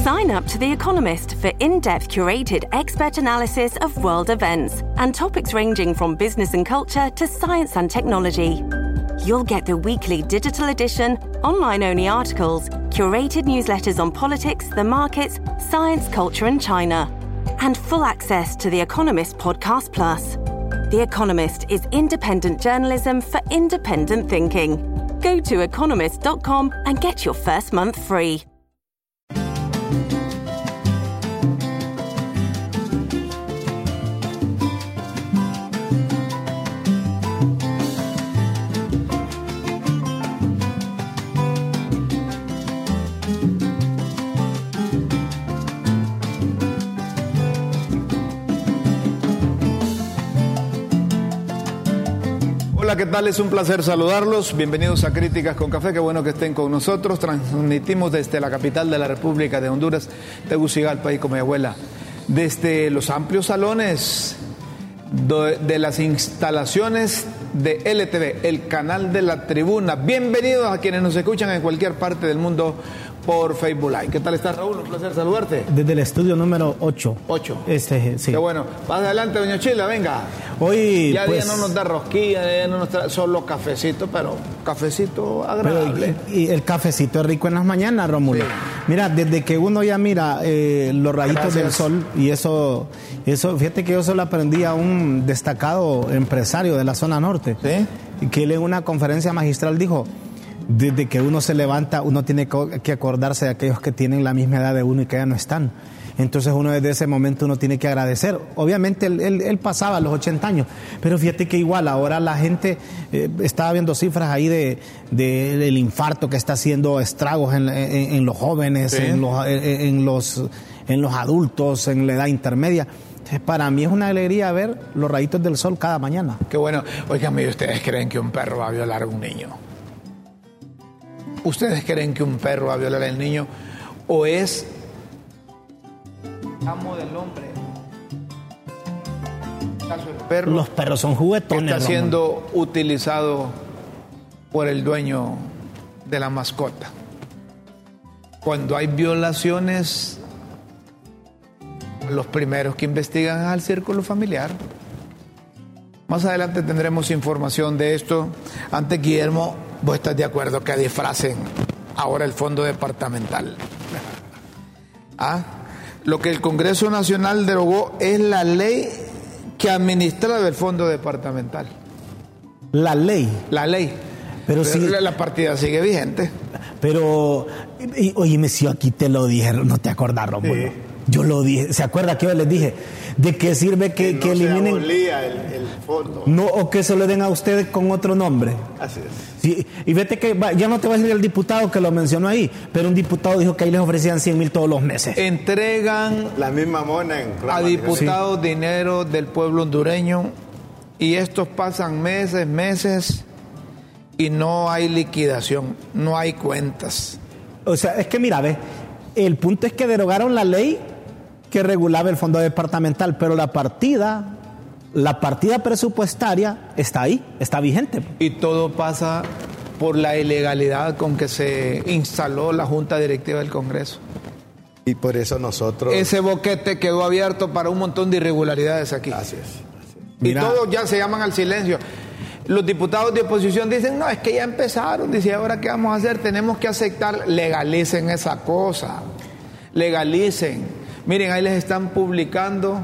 Sign up to The Economist for in-depth curated expert analysis of world events and topics ranging from business and culture to science and technology. You'll get the weekly digital edition, online-only articles, curated newsletters on politics, the markets, science, culture and China, and full access to The Economist Podcast Plus. The Economist is independent journalism for independent thinking. Go to economist.com and get your first month free. Hola, ¿qué tal? Es un placer saludarlos. Bienvenidos a Críticas con Café. Qué bueno que estén con nosotros. Transmitimos desde la capital de la República de Honduras, Tegucigalpa, y Comayagüela, desde los amplios salones de las instalaciones de LTV, el canal de la Tribuna. Bienvenidos a quienes nos escuchan en cualquier parte del mundo por Facebook Live. ¿Qué tal estás, Raúl? Un placer saludarte. Desde el estudio número 8. 8. Sí. Qué bueno. Más adelante, doña Chila, venga. Hoy, ya pues, no nos da rosquilla, ya no nos trae solo cafecito, pero cafecito agradable. Y el cafecito es rico en las mañanas, Rómulo. Sí. Mira, desde que uno ya mira los rayitos del sol, y eso, fíjate que yo solo aprendí a un destacado empresario de la zona norte, ¿sí? Que él en una conferencia magistral dijo: desde que uno se levanta, uno tiene que acordarse de aquellos que tienen la misma edad de uno y que ya no están. Entonces uno desde ese momento uno tiene que agradecer. Obviamente él pasaba los 80 años, pero fíjate que igual ahora la gente, estaba viendo cifras ahí del infarto que está haciendo estragos en los jóvenes, ¿sí? en los adultos, en la edad intermedia. Entonces, para mí es una alegría ver los rayitos del sol cada mañana. Qué bueno. Oigan, ¿ustedes creen que un perro va a violar a un niño? ¿Ustedes creen que un perro va a violar al niño? ¿O es amo del hombre? Perro, los perros son juguetones. Está siendo utilizado por el dueño de la mascota. Cuando hay violaciones, los primeros que investigan es al círculo familiar. Más adelante tendremos información de esto. Antes, Guillermo, ¿vos estás de acuerdo que disfracen ahora el fondo departamental? Lo que el Congreso Nacional derogó es la ley que administraba el fondo departamental. La ley. Pero sí, la partida sigue vigente. Pero, oye, si yo aquí te lo dije, no te acordás, Rómulo. Yo lo dije, ¿se acuerda que yo les dije? ¿De qué sirve que no eliminen? Se abolía el fondo. No, o que se lo den a ustedes con otro nombre. Así es. Sí, y vete que, ya no te va a decir el diputado que lo mencionó ahí, pero un diputado dijo que ahí les ofrecían 100,000 todos los meses. Entregan la misma mona a diputados dinero del pueblo hondureño, y estos pasan meses, y no hay liquidación, no hay cuentas. O sea, es que mira, ve, el punto es que derogaron la ley que regulaba el fondo departamental, pero la partida presupuestaria está ahí, está vigente. Y todo pasa por la ilegalidad con que se instaló la Junta Directiva del Congreso. Y por eso nosotros... Ese boquete quedó abierto para un montón de irregularidades aquí. Así es. Y todos ya se llaman al silencio. Los diputados de oposición dicen, no, es que ya empezaron. Dice, ¿ahora qué vamos a hacer? Tenemos que aceptar. Legalicen esa cosa. Legalicen. Miren, ahí les están publicando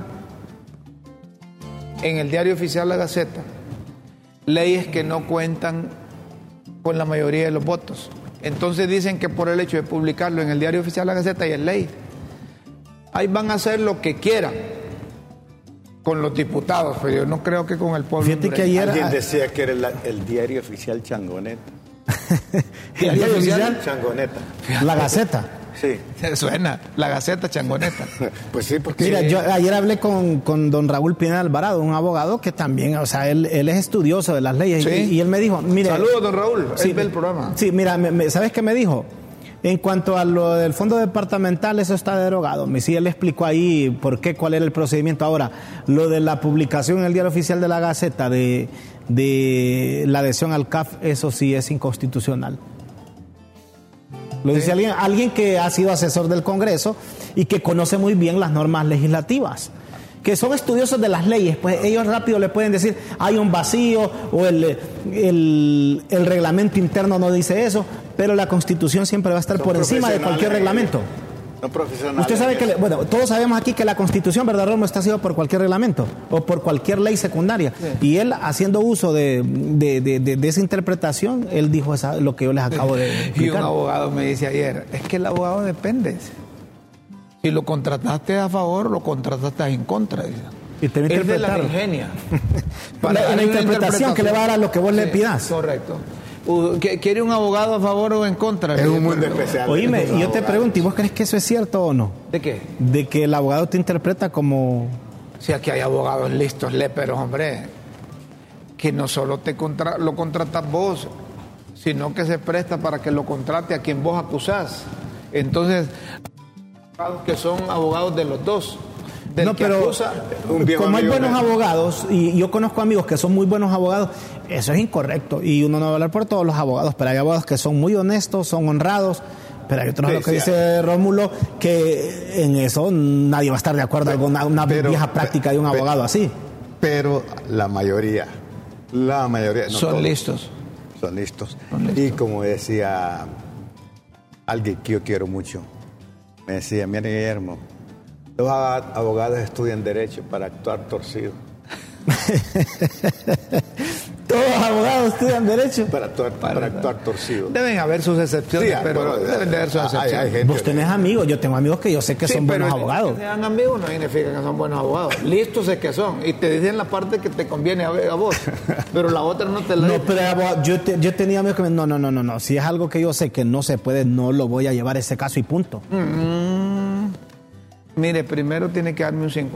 en el diario oficial La Gaceta leyes que no cuentan con la mayoría de los votos. Entonces dicen que por el hecho de publicarlo en el diario oficial La Gaceta ya es ley. Ahí van a hacer lo que quieran con los diputados, pero yo no creo que con el pueblo. Fíjate que ayer alguien decía que era el diario oficial Changoneta. ¿El diario oficial? Changoneta. La Gaceta. Sí. Suena, La Gaceta Changoneta. Pues sí, porque... Mira, yo ayer hablé con don Raúl Pineda Alvarado, un abogado que también, o sea, él es estudioso de las leyes, ¿sí? y él me dijo, mire... Saludos, don Raúl, sí, él ve el programa. Sí, mira, ¿sabes qué me dijo? En cuanto a lo del fondo departamental, eso está derogado. Sí, él explicó ahí por qué, cuál era el procedimiento. Ahora, lo de la publicación en el diario oficial de La Gaceta de la adhesión al CAF, eso sí es inconstitucional. Lo dice alguien que ha sido asesor del Congreso y que conoce muy bien las normas legislativas, que son estudiosos de las leyes. Pues ellos rápido le pueden decir, hay un vacío o el reglamento interno no dice eso, pero la Constitución siempre va a estar por encima de cualquier reglamento. No profesionales. Usted sabe que, bueno, todos sabemos aquí que la Constitución, ¿verdad, Romo?, está sido por cualquier reglamento o por cualquier ley secundaria. Sí. Y él, haciendo uso de esa interpretación, él dijo lo que yo les acabo de explicar. Y un abogado me dice ayer, es que el abogado depende. Si lo contrataste a favor, lo contrataste en contra. Dice. Y te va a interpretar. Es de la ingenia. La interpretación que le va a dar a lo que vos le pidas. Correcto. ¿Quiere un abogado a favor o en contra? Es un mundo especial. Oíme, y yo te pregunto, ¿y vos crees que eso es cierto o no? ¿De qué? De que el abogado te interpreta como... Si aquí hay abogados listos, léperos, hombre, que no solo lo contratas vos, sino que se presta para que lo contrate a quien vos acusás. Entonces, que son abogados de los dos. No, pero como hay buenos abogados, y yo conozco amigos que son muy buenos abogados, eso es incorrecto. Y uno no va a hablar por todos los abogados, pero hay abogados que son muy honestos, son honrados, pero hay otros, lo que dice Rómulo, que en eso nadie va a estar de acuerdo con una vieja práctica de un abogado así. Pero la mayoría, no son listos. Son listos. Y como decía alguien que yo quiero mucho, me decía, mire, Guillermo, los abogados estudian Derecho para actuar torcido. Todos los abogados estudian Derecho para actuar torcido. Deben haber sus excepciones, sí, pero deben de haber sus excepciones. Vos tenés amigos, yo tengo amigos que yo sé que son buenos abogados. Que sean amigos no significa que son buenos abogados. Listos es que son. Y te dicen la parte que te conviene a vos. Pero la otra no te la dicen. No, pero yo tenía amigos que me no. Si es algo que yo sé que no se puede, no lo voy a llevar a ese caso y punto. Mire, primero tiene que darme un 50%,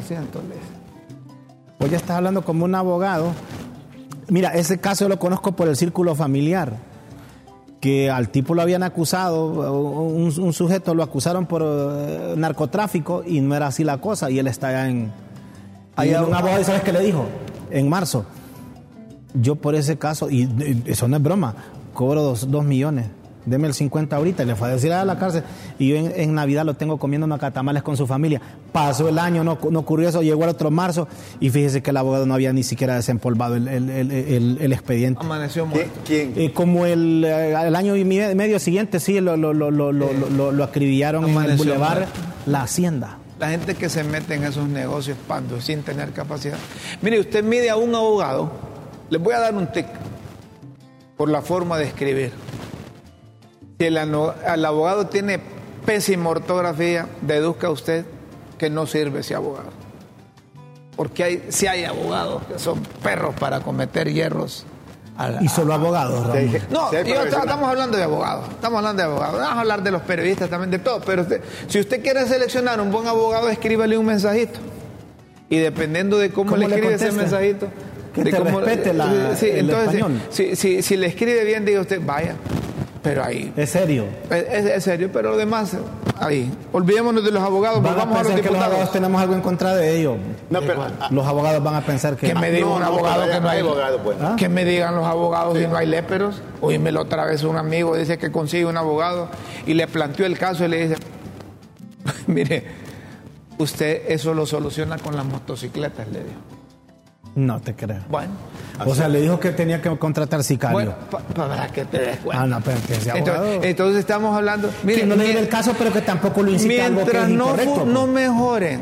Vos ya estás hablando como un abogado. Mira, ese caso yo lo conozco por el círculo familiar, que al tipo lo habían acusado, un sujeto lo acusaron por narcotráfico y no era así la cosa, y él está allá en... Allá un abogado, ¿sabes qué le dijo? En marzo, yo por ese caso, y eso no es broma, cobro 2 millones. Deme el 50 ahorita, y le fue a decir a la cárcel, y yo en Navidad lo tengo comiendo macatamales con su familia. Pasó el año, no ocurrió eso, llegó el otro marzo, y fíjese que el abogado no había ni siquiera desempolvado el expediente. Amaneció muerto. ¿Quién? Como el año y medio siguiente, sí, lo acribillaron en el Boulevard La Hacienda. La gente que se mete en esos negocios pandos sin tener capacidad. Mire, usted mide a un abogado, les voy a dar un tic por la forma de escribir. Si el abogado tiene pésima ortografía, deduzca usted que no sirve ese abogado. Porque sí hay abogados que son perros para cometer hierros. Y solo abogados, Ramón. No, estamos hablando de abogados. Estamos hablando de abogados. Vamos a hablar de los periodistas también, de todo. Pero si usted quiere seleccionar un buen abogado, escríbale un mensajito. Y dependiendo de cómo le escribe ese mensajito, que te respete el español. Si le escribe bien, diga usted, vaya. Pero ahí... Es serio. Es serio, pero lo demás, ahí. Olvidémonos de los abogados, vamos a los diputados. Que los abogados tenemos algo en contra de ellos. No, pero, los abogados van a pensar que... Que me diga un abogado que no hay... abogado, pues. Que me digan los abogados si no hay léperos. Oímelo otra vez un amigo, dice que consigue un abogado y le planteó el caso y le dice, mire, usted eso lo soluciona con las motocicletas, le dijo. No te creo. Bueno. O sea, le dijo que tenía que contratar sicario. Bueno, para que te des cuenta. No, pero que sea abogado. Entonces estamos hablando... Mire, que no le diga el caso, pero que tampoco lo incita a algo que es incorrecto. No mejoren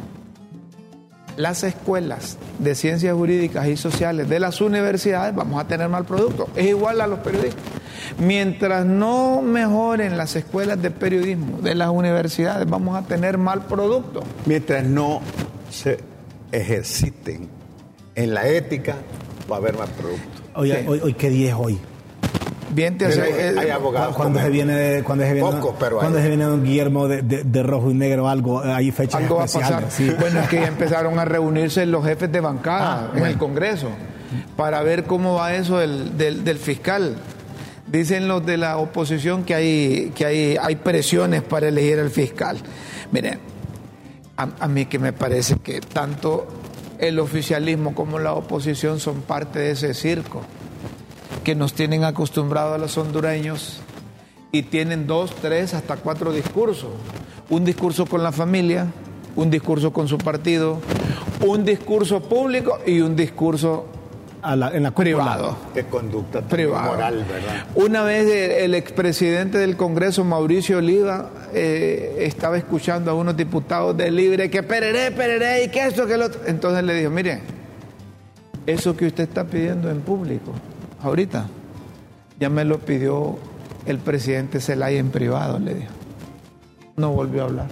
las escuelas de ciencias jurídicas y sociales de las universidades, vamos a tener mal producto. Es igual a los periodistas. Mientras no mejoren las escuelas de periodismo de las universidades, vamos a tener mal producto. Mientras no se ejerciten en la ética, va a haber más producto. Oye, Sí. hoy ¿qué día es hoy? Bien, hay abogados. Cuando se viene un Guillermo de rojo y negro, algo, hay fechas algo especiales. Va a pasar. Sí. Bueno, es que ya empezaron a reunirse los jefes de bancada en el Congreso para ver cómo va eso del fiscal. Dicen los de la oposición que hay presiones para elegir al fiscal. Miren, a mí que me parece que tanto el oficialismo como la oposición son parte de ese circo que nos tienen acostumbrados a los hondureños, y tienen 2, 3, hasta 4 discursos. Un discurso con la familia, un discurso con su partido, un discurso público y un discurso en la privado. Qué conducta privado. Moral, ¿verdad? Una vez el expresidente del Congreso, Mauricio Oliva, estaba escuchando a unos diputados de Libre que pereré, y que esto, que lo otro. Entonces le dijo, mire, eso que usted está pidiendo en público, ahorita, ya me lo pidió el presidente Zelaya en privado, le dijo. No volvió a hablar.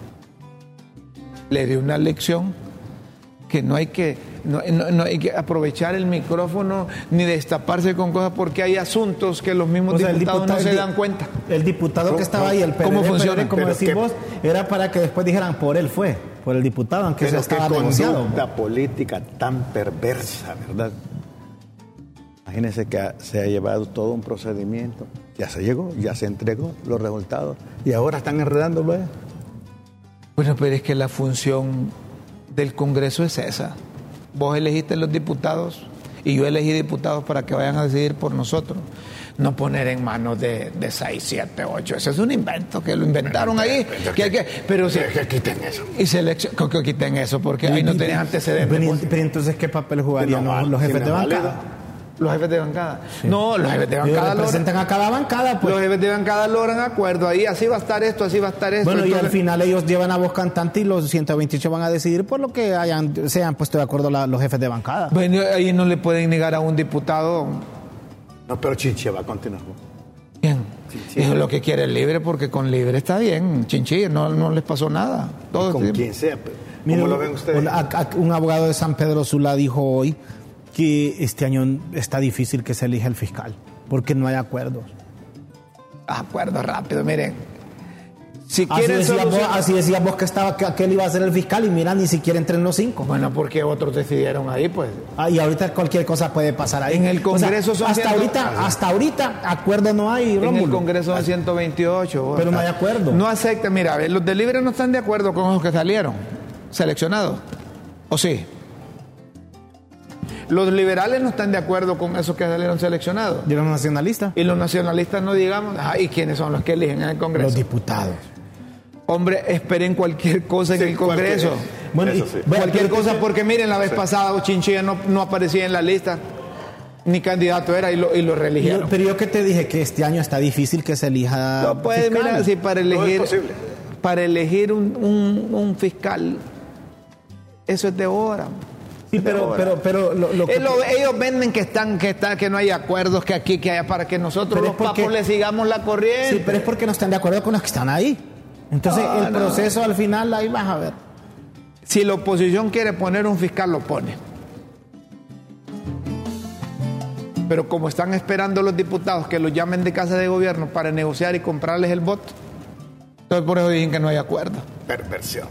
Le dio una lección que no hay que aprovechar el micrófono ni destaparse con cosas, porque hay asuntos que los mismos diputados no se dan cuenta. El diputado que estaba ahí, el PLD, ¿cómo funciona? Como decís vos, era para que después dijeran por él fue, por el diputado, aunque se estaba negociado. Qué conducta política tan perversa, ¿verdad? Imagínense que se ha llevado todo un procedimiento, ya se llegó, ya se entregó los resultados y ahora están enredándolo. Bueno, pero es que la función del Congreso es esa. Vos elegiste los diputados y yo elegí diputados para que vayan a decidir por nosotros. No poner en manos de 6, 7, 8. Eso es un invento, que lo inventaron ahí. Pero que quiten eso. Y que quiten eso, porque ahí no tenés antecedentes. Pero entonces, ¿qué papel jugarían los jefes de bancada? Los jefes de bancada. Sí. No, los jefes de bancada representan a cada bancada, pues. Los jefes de bancada logran acuerdo ahí, así va a estar esto, así va a estar esto. Bueno, entonces, y al final ellos llevan a voz cantante y los 128 van a decidir por lo que se han puesto de acuerdo los jefes de bancada. Bueno, ahí no le pueden negar a un diputado. No, pero Chinche va a continuar. Bien. Chinchilla. Es lo que quiere el Libre, porque con Libre está bien. Chinchilla, no les pasó nada. Todo con quien sea. ¿Cómo lo ven ustedes? Un abogado de San Pedro Sula dijo hoy que este año está difícil que se elija el fiscal, porque no hay acuerdos. Acuerdos rápidos, miren. Si así decías vos que él iba a ser el fiscal y mira, ni siquiera entre los 5. Bueno, porque otros decidieron ahí, pues. Y ahorita cualquier cosa puede pasar ahí. En el Congreso hasta ahorita acuerdo no hay, Rómulo. En el Congreso son 128. Pero no hay acuerdo. No acepta, mira, los de Libre no están de acuerdo con los que salieron seleccionados. ¿O sí? Los liberales no están de acuerdo con esos que salieron seleccionados. ¿Y los nacionalistas? Y los nacionalistas no digamos. ¿Y quiénes son los que eligen en el Congreso? Los diputados. Hombre, esperen cualquier cosa en el Congreso. Cualquier cosa, porque miren, la vez pasada Chinchilla no aparecía en la lista. Ni candidato era y lo reeligieron. Pero yo que te dije que este año está difícil que se elija. No puede, mira, si para elegir un fiscal, eso es de hora. Sí, pero ellos venden que no hay acuerdos, que aquí, que allá, para que nosotros los papos le sigamos la corriente. Sí, pero es porque no están de acuerdo con los que están ahí. Entonces el proceso al final ahí vas a ver. Si la oposición quiere poner un fiscal, lo pone. Pero como están esperando los diputados que los llamen de casa de gobierno para negociar y comprarles el voto, entonces por eso dicen que no hay acuerdo. Perversión.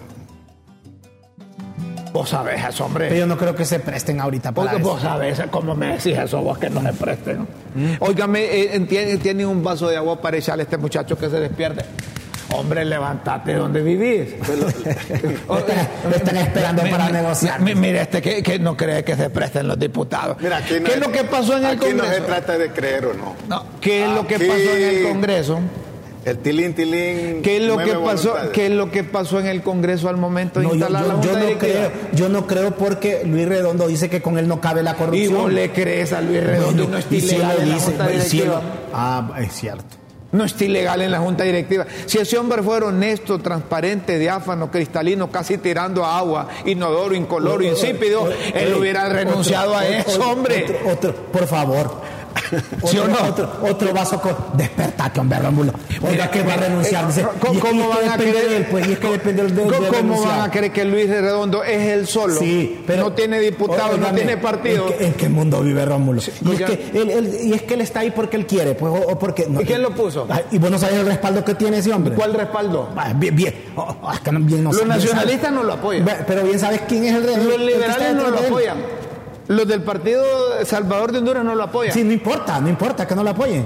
Vos sabés eso, hombre. Pero yo no creo que se presten ahorita para eso. Vos sabés cómo me decís eso, vos, que no se presten. Óigame, tiene un vaso de agua para echarle a este muchacho que se despierte. Hombre, levántate donde vivís. Están esperando para negociar. Mire, que no cree que se presten los diputados. Mira, ¿Qué es lo que pasó en el Congreso? Aquí no se trata de creer o no. ¿Qué es lo que pasó en el Congreso? El tilín. ¿Qué es lo que pasó en el Congreso al momento de instalar la Junta Directiva? Yo no creo, porque Luis Redondo dice que con él no cabe la corrupción. Y vos le crees a Luis Redondo, no está ilegal en la Junta Directiva. Es cierto. No está ilegal en la Junta Directiva. Si ese hombre fuera honesto, transparente, diáfano, cristalino, casi tirando a agua, inodoro, incoloro, insípido, él hubiera renunciado a eso, hombre. Por favor. ¿Sí o no? Otro vaso con... Despertate, hombre, Rómulo. Oiga, que va a renunciar. Dice, ¿Cómo van a creer? ¿Cómo van a creer que Luis Redondo es él solo? Sí, pero no tiene diputado, no tiene partido. ¿En qué mundo vive Rómulo? Sí, y es que él está ahí porque él quiere, pues, o porque... No, ¿y quién lo puso? ¿Y vos no sabés el respaldo que tiene ese hombre? ¿Cuál respaldo? Bien. Es que bien no los nacionalistas no lo apoyan. Pero bien sabes quién es el de... Los liberales no lo apoyan. Los del Partido Salvador de Honduras no lo apoyan. Sí, no importa que no lo apoyen.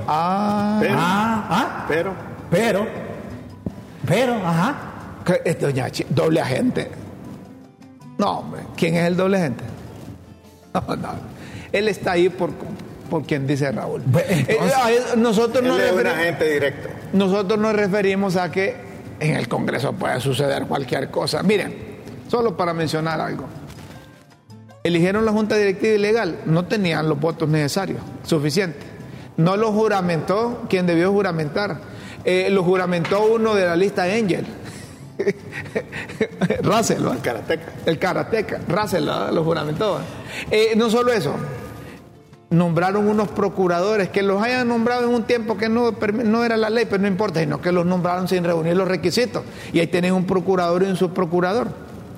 Pero, ajá. Doña doble agente. No, hombre, ¿quién es el doble agente? No. Él está ahí por quien dice Raúl. Nosotros no es un agente directo. nosotros nos referimos a que en el Congreso puede suceder cualquier cosa. Miren, solo para mencionar algo. Eligieron la Junta Directiva ilegal, no tenían los votos necesarios, suficientes. No lo juramentó quien debió juramentar. Lo juramentó uno de la lista Angel. Russell, ¿no? El karateca. Russell lo juramentó. No solo eso, nombraron unos procuradores que los hayan nombrado en un tiempo que no era la ley, pero no importa, sino que los nombraron sin reunir los requisitos. Y ahí tienen un procurador y un subprocurador.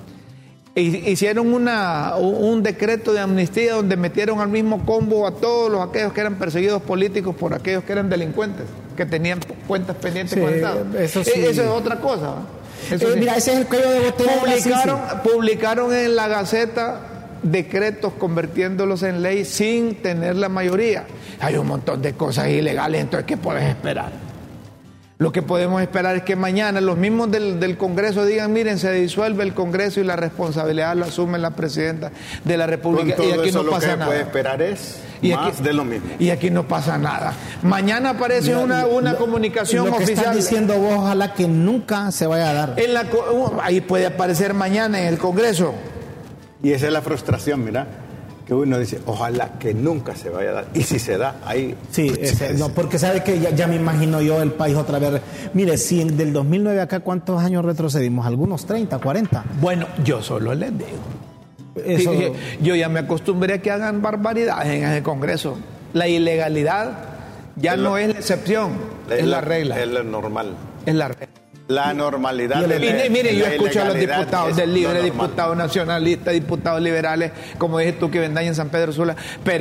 Hicieron un decreto de amnistía donde metieron al mismo combo a todos aquellos que eran perseguidos políticos por aquellos que eran delincuentes, que tenían cuentas pendientes con el Estado. Eso es otra cosa, ¿va? Mira, ese es el cuello de botella. Publicaron en la Gaceta decretos convirtiéndolos en ley sin tener la mayoría. Hay un montón de cosas ilegales, entonces ¿qué puedes esperar? Lo que podemos esperar es que mañana los mismos del Congreso digan, miren, se disuelve el Congreso y la responsabilidad la asume la Presidenta de la República. Con todo y aquí eso no pasa nada. Lo que puede esperar es más de lo mismo. Y aquí no pasa nada. Mañana aparece una comunicación lo que oficial. Están diciendo vos, ojalá que nunca se vaya a dar. Ahí puede aparecer mañana en el Congreso. Y esa es la frustración, mira, que uno dice, ojalá que nunca se vaya a dar. Y si se da, ahí... Sí, no, porque sabe que ya me imagino yo el país otra vez. Mire, si del 2009 acá, ¿cuántos años retrocedimos? ¿Algunos 30, 40? Bueno, yo solo les digo. Eso... Yo ya me acostumbré a que hagan barbaridades en el Congreso. La ilegalidad ya no es la excepción, es la regla. Es lo normal. Es la regla. La normalidad. Mire, yo escucho a los diputados del Libre, diputados nacionalistas, diputados liberales, como dices tú que vendáis en San Pedro Sula,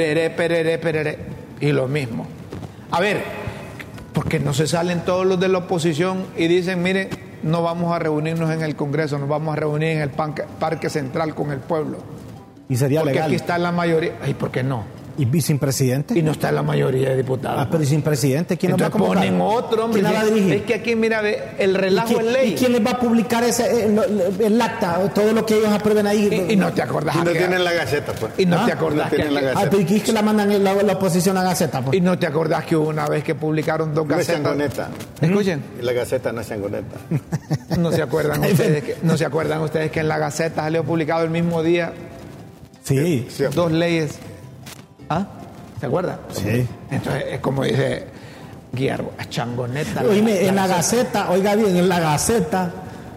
pereré, y lo mismo. A ver, porque no se salen todos los de la oposición y dicen, miren, no vamos a reunirnos en el Congreso, nos vamos a reunir en el Parque Central con el pueblo. Y sería porque legal. Aquí está la mayoría. ¿Y por qué no? ¿Y sin presidente? Y no está la mayoría de diputados. Pero ¿y sin presidente? ¿Quién nos va a convocar? Ponen otro, hombre. ¿Quién la va a dirigir? Es que aquí, mira, el relajo es ley. ¿Y quién les va a publicar el acta, todo lo que ellos aprueben ahí? Y no te acordás. Y no tienen la Gaceta, pues. Y no te acordás no la Gaceta. Pero ¿y es que la mandan la oposición a Gaceta, pues? Y no te acordás que hubo una vez que publicaron dos gacetas. No es changoneta. Escuchen. La Gaceta no es changoneta. ¿No se acuerdan ustedes que en la Gaceta salió publicado el mismo día? Sí. Dos leyes. ¿Ah? ¿Se acuerdan? Sí. Entonces, es como dice Guillermo, changoneta. Oíme, en la Gaceta, oiga bien, en la Gaceta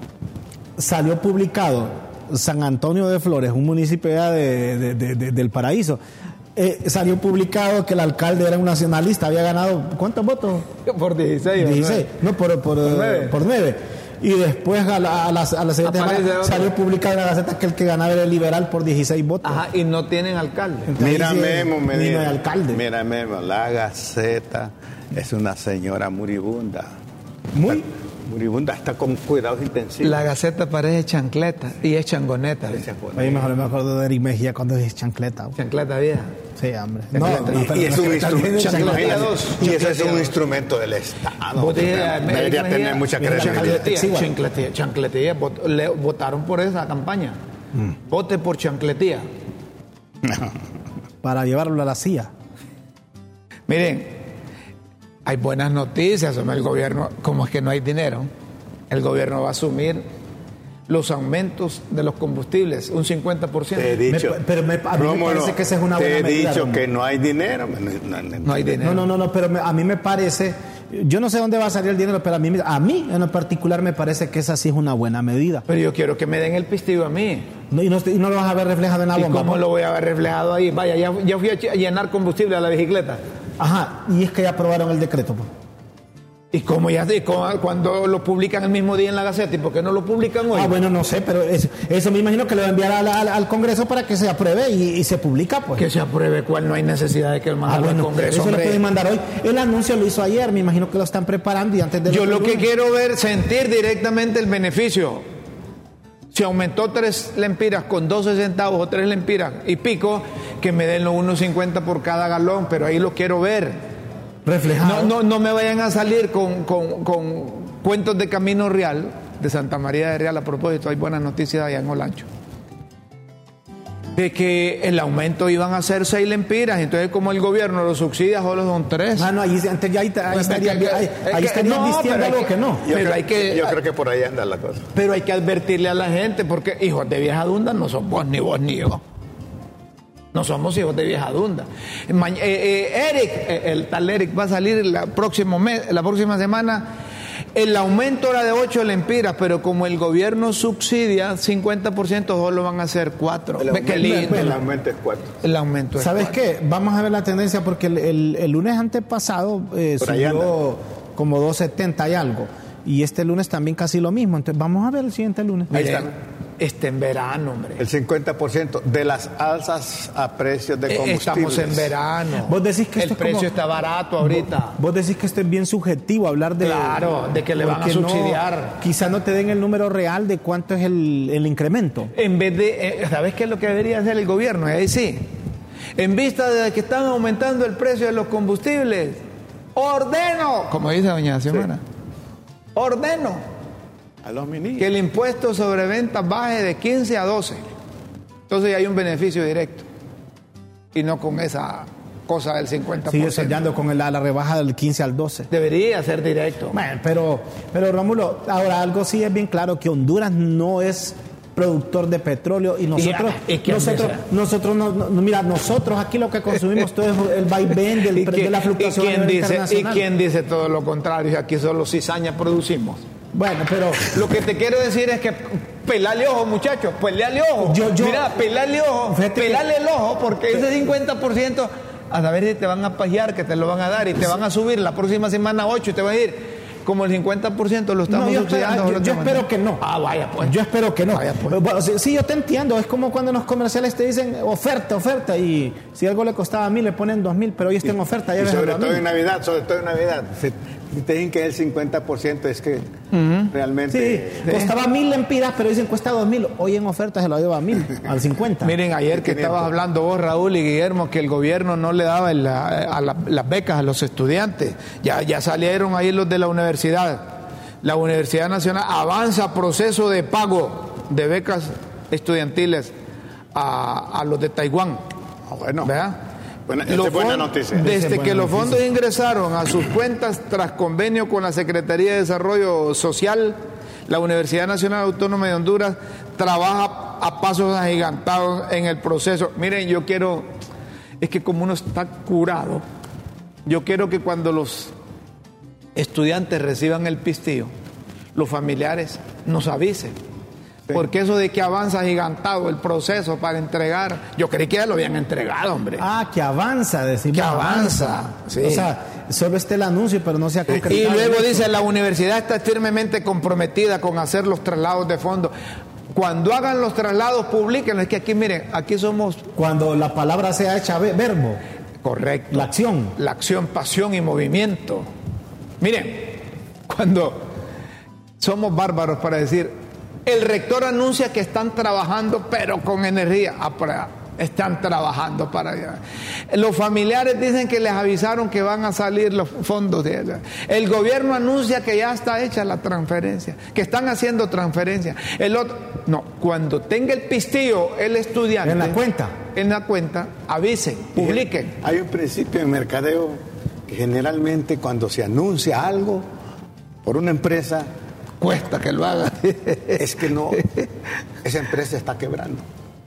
salió publicado San Antonio de Flores, un municipio ya del Paraíso. Salió publicado que el alcalde era un nacionalista, había ganado, ¿cuántos votos? Por 16. 16, no, por 9. Y después a la siguiente semana salió publicado en la Gaceta que el que ganaba era el liberal por 16 votos. Ajá, y no tienen alcalde. Entonces, mira, Memo, no hay alcalde. Mira, Memo, la Gaceta es una señora moribunda. Moribunda, está con cuidados intensivos. La Gaceta parece chancleta y es changoneta. Oye, mejor me acuerdo de Eric Mejía cuando es chancleta. Chancleta vieja. Sí, hombre. Y es un instrumento. Y ese es un instrumento del Estado. Debería tener mucha credibilidad. Chancletía. Votaron por esa campaña. Vote por chancletía. Para llevarlo a la CIA. Miren, hay buenas noticias sobre el gobierno. Como es que no hay dinero, el gobierno va a asumir los aumentos de los combustibles, un 50%. Te he dicho, a mí me parece que esa es una buena medida. Te he dicho que no hay dinero. No hay dinero. No, pero a mí me parece, yo no sé dónde va a salir el dinero, pero a mí en lo particular me parece que esa sí es una buena medida. Pero yo quiero que me den el pistillo a mí. Y no lo vas a ver reflejado en la bomba. ¿Y cómo lo voy a ver reflejado ahí? Vaya, ya fui a llenar combustible a la bicicleta. Ajá, y es que ya aprobaron el decreto, pues. ¿Y cómo cuando lo publican el mismo día en la Gaceta? ¿Y por qué no lo publican hoy? Bueno, no sé, pero eso me imagino que lo va a enviar al Congreso para que se apruebe y se publica, pues. Que se apruebe, ¿cuál? No hay necesidad de que el mande al Congreso. Eso lo pueden mandar hoy. El anuncio lo hizo ayer, me imagino que lo están preparando y antes de... Yo lo que quiero sentir directamente el beneficio. Si aumentó 3 lempiras con 12 centavos o 3 lempiras y pico, que me den los 1.50 por cada galón, pero ahí lo quiero ver. Reflejado. No me vayan a salir con cuentos de Camino Real, de Santa María de Real. A propósito, hay buenas noticias allá en Olancho. de que el aumento iban a ser 6 lempiras, entonces como el gobierno lo subsidia, solo son 3. Ah, no, ahí estarían vistiendo algo que no. Yo creo que por ahí anda la cosa. Pero hay que advertirle a la gente, porque hijos de vieja dunda no son vos ni yo. No somos hijos de vieja dunda. Eric, el tal Eric va a salir la próxima semana. El aumento era de 8 lempiras, pero como el gobierno subsidia 50%, solo van a ser 4. El aumento es 4. El aumento es ¿Sabes 4. qué? Vamos a ver la tendencia, porque el lunes antepasado subió como 2.70 y algo. Y este lunes también casi lo mismo. Entonces vamos a ver el siguiente lunes. Ahí está. En verano, hombre. El 50% de las alzas a precios de combustibles. Estamos en verano. Vos decís que el precio está barato ahorita. Vos decís que esto es bien subjetivo, hablar de... Claro, de que le van a subsidiar. Quizá no te den el número real de cuánto es el incremento. En vez de... ¿Sabes qué es lo que debería hacer el gobierno? Ahí sí. En vista de que están aumentando el precio de los combustibles, ordeno, como dice doña Xiomara, ordeno a los ministros que el impuesto sobre ventas baje de 15 a 12. Entonces hay un beneficio directo. Y no con esa cosa del 50%. Sigue sellando con la rebaja del 15 al 12. Debería ser directo. Bueno, pero Rómulo, ahora algo sí es bien claro, que Honduras no es productor de petróleo y nosotros nosotros aquí lo que consumimos todo es el vaivén de la fluctuación internacional. ¿Y quién dice todo lo contrario? Aquí solo cizaña producimos. Bueno, pero lo que te quiero decir es que pelale ojo, muchachos, pelale ojo. Mira, pelale ojo, pelale el ojo, porque ese 50%, a saber si te van a pajear, que te lo van a dar, y te van a subir la próxima semana 8 y te va a ir. Como el 50% lo estamos subsidiando. Yo espero que no. Ah, vaya pues. Yo espero que no. Vaya pues. Bueno, sí, yo te entiendo. Es como cuando en los comerciales te dicen oferta, y si algo le costaba 1,000 le ponen 2,000, pero hoy está en oferta. Y sobre todo en Navidad. Si te dicen que el 50% es que realmente... Sí, costaba 1,000 lempiras, pero dicen cuesta 2,000. Hoy en oferta se lo lleva a 1,000, al 50. Miren, ayer que estabas hablando vos, Raúl y Guillermo, que el gobierno no le daba las becas a los estudiantes. Ya salieron ahí los de la universidad. La Universidad Nacional avanza proceso de pago de becas estudiantiles a los de Taiwán. Bueno, ¿verdad? Es buena noticia. Desde que los fondos ingresaron a sus cuentas tras convenio con la Secretaría de Desarrollo Social, la Universidad Nacional Autónoma de Honduras trabaja a pasos agigantados en el proceso. Miren, es que como uno está curado, yo quiero que cuando los estudiantes reciban el pistillo, los familiares nos avisen. Porque eso de que avanza gigantado el proceso para entregar, yo creí que ya lo habían entregado, hombre. Ah, que avanza, decimos. Que avanza, sí. O sea, solo está el anuncio, pero no se ha concretado. Y luego dice, la universidad está firmemente comprometida con hacer los traslados de fondos. Cuando hagan los traslados, publíquenlo. Es que aquí, miren, aquí somos... Cuando la palabra sea hecha verbo. Correcto. La acción. La acción, pasión y movimiento. Miren, cuando somos bárbaros para decir... El rector anuncia que están trabajando, pero con energía. Están trabajando para allá. Los familiares dicen que les avisaron que van a salir los fondos de ella. El gobierno anuncia que ya está hecha la transferencia, que están haciendo transferencia. El otro, no, cuando tenga el pistillo el estudiante. En la cuenta, avisen, publiquen. Hay un principio en mercadeo que generalmente cuando se anuncia algo por una empresa, cuesta que lo haga. Es que no, esa empresa está quebrando.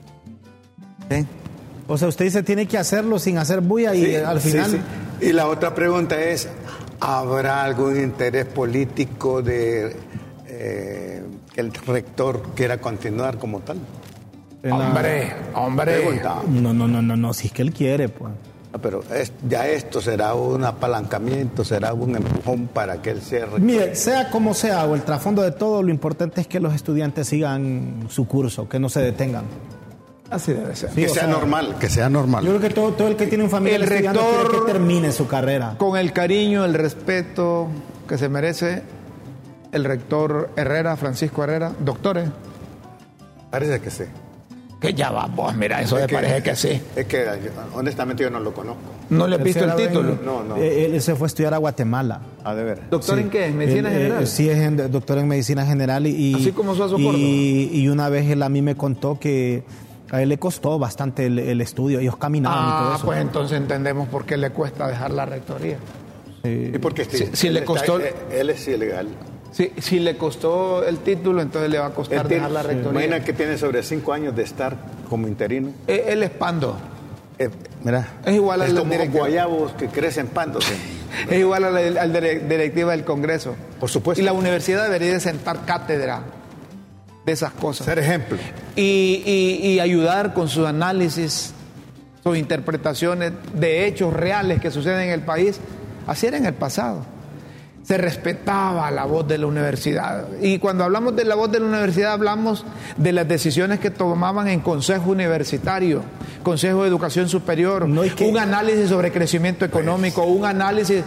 ¿Sí? O sea, usted dice tiene que hacerlo sin hacer bulla y al final... Sí. Y la otra pregunta es, ¿habrá algún interés político de que el rector quiera continuar como tal? Hombre. Pregunta. No, si es que él quiere, pues. Pero ya esto será un apalancamiento, será un empujón para que él cierre. Mire, sea como sea, o el trasfondo de todo, lo importante es que los estudiantes sigan su curso, que no se detengan. Así debe ser. Sí, que sea normal. Yo creo que todo el que tiene un familiar estudiante quiere que termine su carrera. Con el cariño, el respeto que se merece el rector Herrera, Francisco Herrera, doctores. Parece que sí. Que ya va, vos, mira, eso me parece que sí. Es que honestamente yo no lo conozco. ¿No le has visto el título? No. Él se fue a estudiar a Guatemala. De ver. ¿Doctor en qué? ¿En medicina general? Sí, es doctor en medicina general. Así como su socorro. Y una vez él a mí me contó que A él le costó bastante el estudio, ellos caminaban y todo eso. Pues entonces entendemos por qué le cuesta dejar la rectoría. ¿Y por qué si le costó... Él es ilegal. Si le costó el título, entonces le va a costar dejar la rectoría. Imagina que tiene sobre 5 años de estar como interino. Él es pando. Mira, es igual al como guayabos que crecen pandos. Es igual a la directiva del Congreso. Por supuesto. Y la universidad debería de sentar cátedra de esas cosas. Ser ejemplo. Y ayudar con sus análisis, sus interpretaciones de hechos reales que suceden en el país. Así era en el pasado. Se respetaba la voz de la universidad. Y cuando hablamos de la voz de la universidad, hablamos de las decisiones que tomaban en Consejo Universitario, Consejo de Educación Superior, un análisis sobre crecimiento económico, un análisis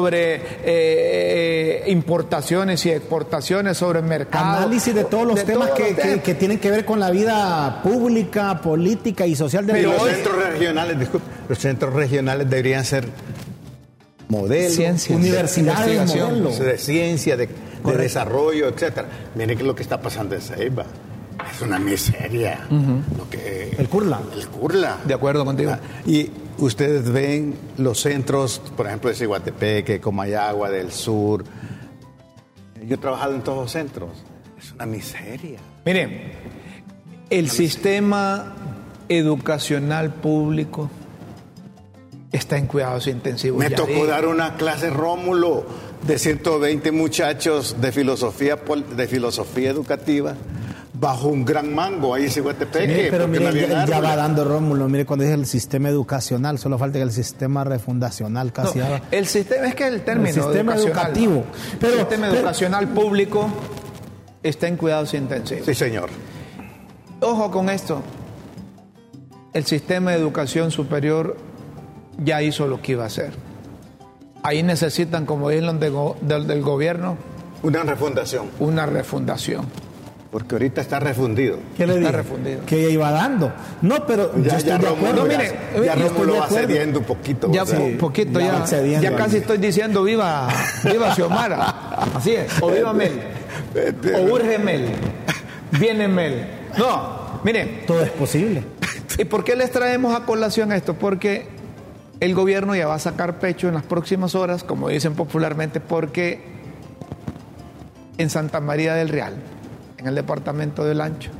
sobre importaciones y exportaciones, sobre mercado. Análisis de todos los temas que tienen que ver con la vida pública, política y social del país. Los centros regionales deberían ser modelos, universidades, de ciencia, de desarrollo, etcétera. Miren que lo que está pasando en Ceiba es una miseria. El Curla. De acuerdo contigo. Y ustedes ven los centros, por ejemplo, de Ciguatepeque, Comayagua, del sur. Yo he trabajado en todos los centros. Es una miseria. Miren, el sistema educacional público está en cuidados intensivos. Me tocó dar una clase, Rómulo, de 120 muchachos de filosofía educativa bajo un gran mango ahí en Ciguatepeque. Pero mire, ya va dando Rómulo. Mire, cuando dice el sistema educacional, solo falta que el sistema refundacional casi. No, el sistema es que el término el sistema educativo. El sistema educacional público está en cuidados intensivos. Sí, señor. Ojo con esto. El sistema de educación superior ya hizo lo que iba a hacer. Ahí necesitan, como dicen del gobierno, una refundación. Porque ahorita está refundido. ¿Qué le está dije? Refundido. Que ya iba dando. No, pero ya Rómulo, ya Rómulo va cediendo un poquito. Ya poquito, ya casi estoy diciendo viva Xiomara. Así es. O viva Mel. O urge Mel. Viene Mel. No, miren. Todo es posible. ¿Y por qué les traemos a colación esto? Porque el gobierno ya va a sacar pecho en las próximas horas, como dicen popularmente, porque en Santa María del Real, en el departamento del Ancho,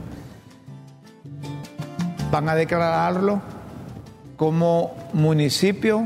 van a declararlo como municipio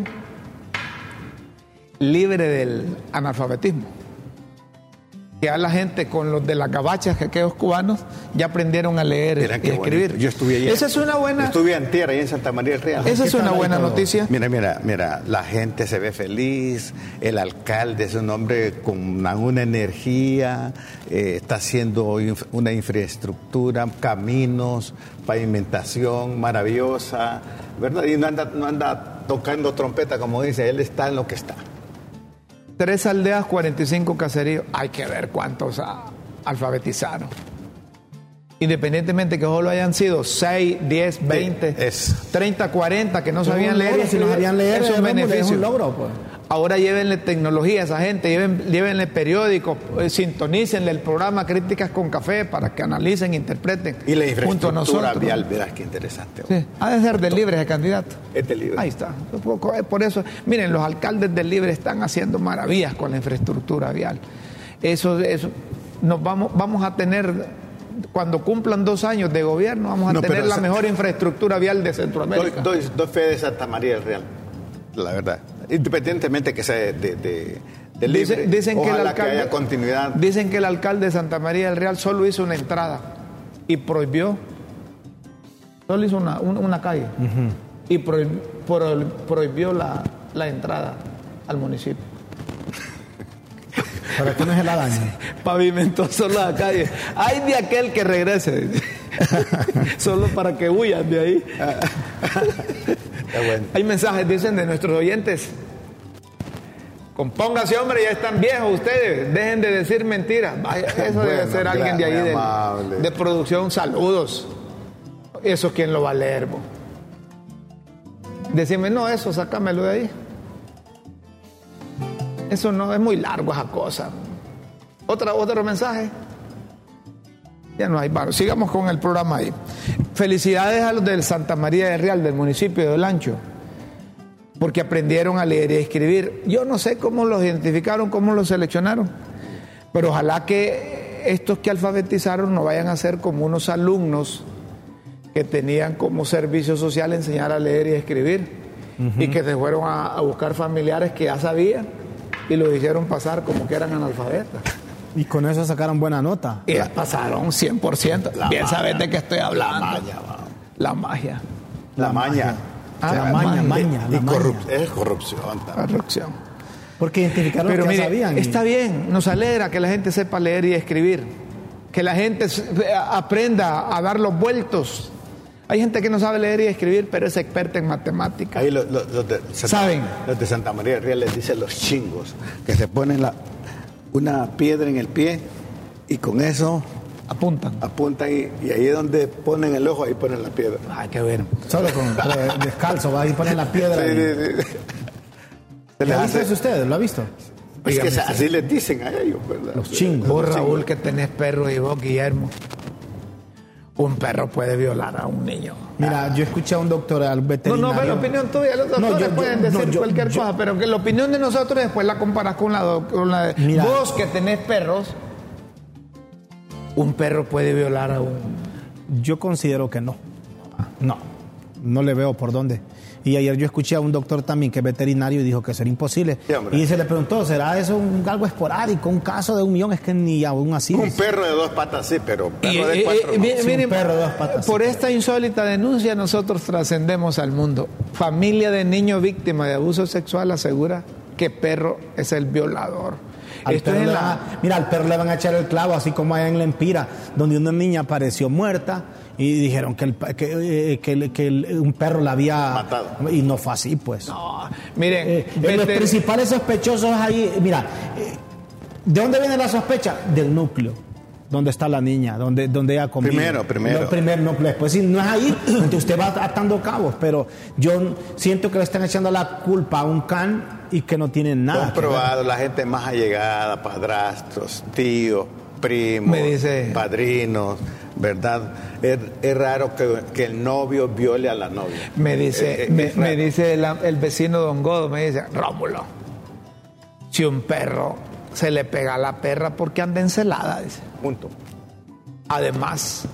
libre del analfabetismo. Ya la gente con los de las gabachas, aquellos cubanos, ya aprendieron a leer y escribir. Bueno. Yo estuve allá. Esa es una buena... Estuve antier ahí en Santa María del Real. Esa es una buena noticia. Mira, la gente se ve feliz, el alcalde es un hombre con una energía, está haciendo una infraestructura, caminos, pavimentación maravillosa, ¿verdad? Y no anda tocando trompeta, como dice, él está en lo que está. 3 aldeas, 45 caseríos. Hay que ver cuántos alfabetizaron. Independientemente que solo hayan sido 6, 10, 20, 30, 40 que no sabían leer. Si no sabían leer, es un beneficio. Es un logro, pues. Ahora llévenle tecnología a esa gente, llévenle periódicos, sintonícenle el programa Críticas con Café para que analicen, interpreten. Y la junto a nosotros. infraestructura vial, verás qué interesante. Sí. Ha de ser del Libre ese candidato. Es del Libre. Ahí está. Por eso, miren, los alcaldes del Libre están haciendo maravillas con la infraestructura vial. Eso vamos a tener, cuando cumplan 2 años de gobierno, vamos a tener la mejor infraestructura vial de Centroamérica. Doy fe de Santa María del Real, la verdad. Independientemente que sea de Libre, dicen que ojalá que haya continuidad. Dicen que el alcalde de Santa María del Real solo hizo una entrada y prohibió, solo hizo una calle y prohibió la entrada al municipio. ¿Para qué no se la dañe? Pavimentó solo la calle. Hay de aquel que regrese. Solo para que huyan de ahí. Bueno. Hay mensajes, dicen, de nuestros oyentes. Compóngase, hombre, ya están viejos ustedes. Dejen de decir mentiras. Vaya, eso debe ser alguien de ahí de producción. Saludos. Eso quién lo va a leer, bo. Decime, no, eso, sácamelo de ahí. Eso no, es muy largo esa cosa. Otro mensaje. Ya no hay. Bueno, sigamos con el programa ahí. Felicidades a los del Santa María del Real, del municipio de Olancho, porque aprendieron a leer y a escribir. Yo no sé cómo los identificaron, cómo los seleccionaron, pero ojalá que estos que alfabetizaron no vayan a ser como unos alumnos que tenían como servicio social enseñar a leer y a escribir, y que se fueron a buscar familiares que ya sabían y los hicieron pasar como que eran analfabetas. Y con eso sacaron buena nota. Y pasaron 100%. Bien sabes de qué estoy hablando. La magia. La maña. La maña. Es corrupción. Corrupción. Porque identificaron Pero que mire, sabían. está bien, nos alegra que la gente sepa leer y escribir, que la gente aprenda a dar los vueltos. Hay gente que no sabe leer y escribir, pero es experta en matemáticas. Ahí los de ¿saben? Los de Santa María del Real les dicen los chingos, que se ponen una piedra en el pie y con eso Apuntan y ahí es donde ponen el ojo, ahí ponen la piedra. Ay, qué bueno. Solo con descalzo, va y ponen la piedra. Sí. ¿Lo ha visto eso usted? ¿Lo ha visto? Es que así les dicen a ellos, ¿verdad? Los chingos. Vos, Raúl, que tenés perros, y vos, Guillermo, un perro puede violar a un niño. Mira, yo escuché a un doctor, al veterinario. No, pero la opinión tuya, los doctores pueden decir cualquier cosa, pero que la opinión de nosotros después la comparas con la de Mira, vos que tenés perros. Un perro puede violar a un... Yo considero que no. No le veo por dónde. Y ayer yo escuché a un doctor también que es veterinario y dijo que eso era imposible. Sí, y se le preguntó, ¿será eso algo esporádico, un caso de 1 millón? Es que ni aún así. Un perro de 2 patas sí, pero un perro de 4 no. Miren, un perro de 2 patas. Por esta insólita denuncia nosotros trascendemos al mundo. Familia de niño víctima de abuso sexual asegura que perro es el violador. Mira, al perro le van a echar el clavo, así como allá en La Empira, donde una niña apareció muerta y dijeron que un perro la había matado. Y no fue así, pues. No, miren, los principales sospechosos ahí, mira, ¿de dónde viene la sospecha? Del núcleo. ¿Dónde está la niña? ¿Dónde ella comió? Primero. No, después si no es ahí, entonces usted va atando cabos, pero yo siento que le están echando la culpa a un can y que no tienen nada. Comprobado, la gente más allegada, padrastros, tíos, primos, padrinos, ¿verdad? Es raro que el novio viole a la novia. Me dice el vecino Don Godo, me dice, Rómulo, si un perro se le pega a la perra porque anda encelada, dice. Punto. Además,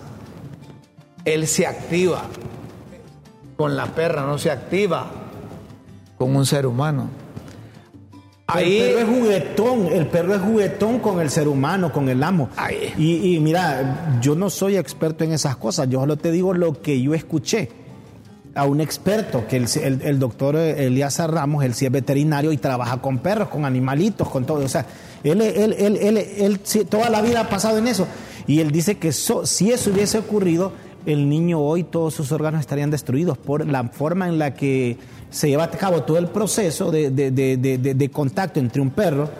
él se activa con la perra, no se activa con un ser humano. Ahí, el perro es juguetón con el ser humano, con el amo. Ahí. Y mira, yo no soy experto en esas cosas, yo solo te digo lo que yo escuché a un experto, que el doctor Elíasar Ramos, él sí es veterinario y trabaja con perros, con animalitos, con todo. O sea, él toda la vida ha pasado en eso. Y él dice que si eso hubiese ocurrido, el niño hoy, todos sus órganos estarían destruidos por la forma en la que se lleva a cabo todo el proceso de contacto entre un perro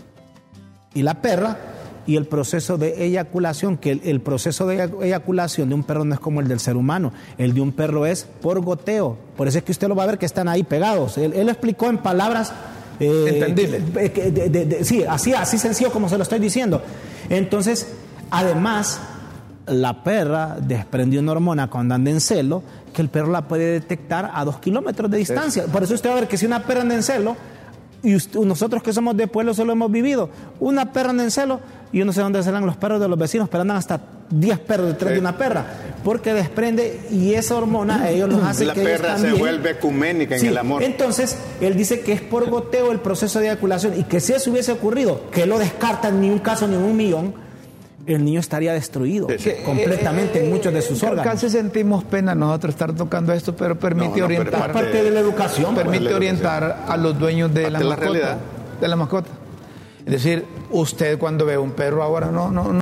y la perra, y el proceso de eyaculación, que el proceso de eyaculación de un perro no es como el del ser humano, el de un perro es por goteo, por eso es que usted lo va a ver que están ahí pegados. Él lo explicó en palabras entendible. Sí, así sencillo como se lo estoy diciendo. Entonces, además, la perra desprende una hormona cuando anda en celo, que el perro la puede detectar a 2 kilómetros de distancia. Por eso usted va a ver que si una perra anda en celo, y nosotros que somos de pueblo solo hemos vivido, una perra anda en celo, y yo no sé dónde serán los perros de los vecinos, pero andan hasta 10 perros detrás de una perra, porque desprende, y esa hormona ellos los hace la que perra ellos también se vuelve ecuménica en el amor. Entonces él dice que es por goteo el proceso de eyaculación, y que si eso hubiese ocurrido, que lo descartan ni un caso ni 1 millón, el niño estaría destruido completamente en muchos de sus órganos. Casi sentimos pena nosotros estar tocando esto, pero permite orientar. Es parte de la educación. Permite orientar a los dueños de la mascota. Realidad. De la mascota. Es decir, usted cuando ve un perro ahora no.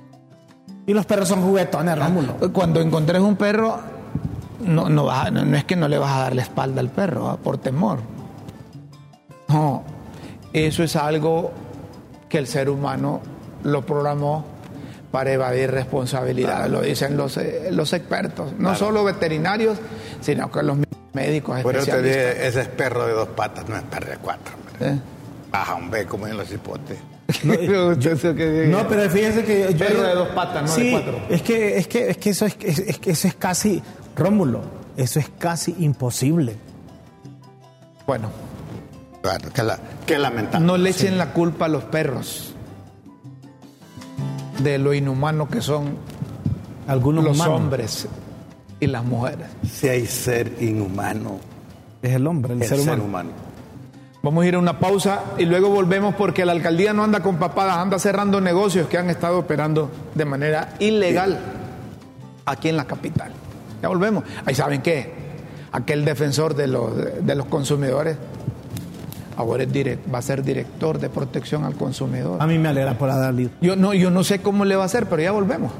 Y los perros son juguetones, Rómulo. Cuando encontres un perro, no es que no le vas a dar la espalda al perro, por temor. No, eso es algo que el ser humano lo programó para evadir responsabilidades, lo dicen los expertos, no solo veterinarios, sino que los médicos especialistas. Por eso te dije, especialistas. ese es perro de 2 patas, no es perro de 4. Baja un B como en los hipotes. No, pero fíjense que yo... Perro de 2 patas, no sí, de 4. Es que eso es casi, Rómulo, eso es casi imposible. Bueno. Claro, que lamentable. No le echen la culpa a los perros de lo inhumano que son Algunos los humanos. hombres y las mujeres. Si hay ser inhumano, Es el hombre, el ser humano. Vamos a ir a una pausa y luego volvemos porque la alcaldía no anda con papadas, anda cerrando negocios que han estado operando de manera ilegal aquí en la capital. Ya volvemos. Ahí saben qué, aquel defensor de los consumidores ahora va a ser director de protección al consumidor. A mí me alegra por Adalid. Yo no sé cómo le va a hacer, pero ya volvemos.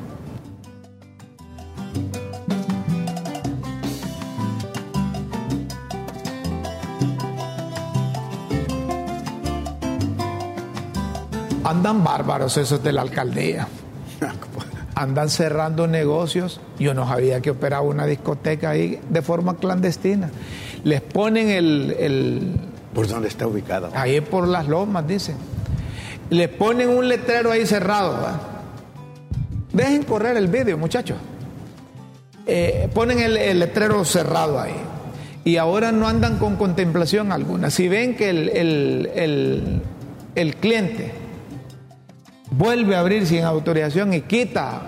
Andan bárbaros esos de la alcaldía. Andan cerrando negocios. Yo no sabía que operaba una discoteca ahí de forma clandestina. Les ponen ¿Por dónde está ubicado? ahí por las lomas, dicen. Les ponen un letrero ahí cerrado, ¿va? Dejen correr el vídeo, muchachos. Ponen el letrero cerrado ahí. Y ahora no andan con contemplación alguna. Si ven que el cliente vuelve a abrir sin autorización y quita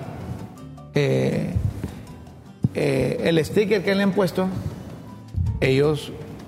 el sticker que le han puesto, ellos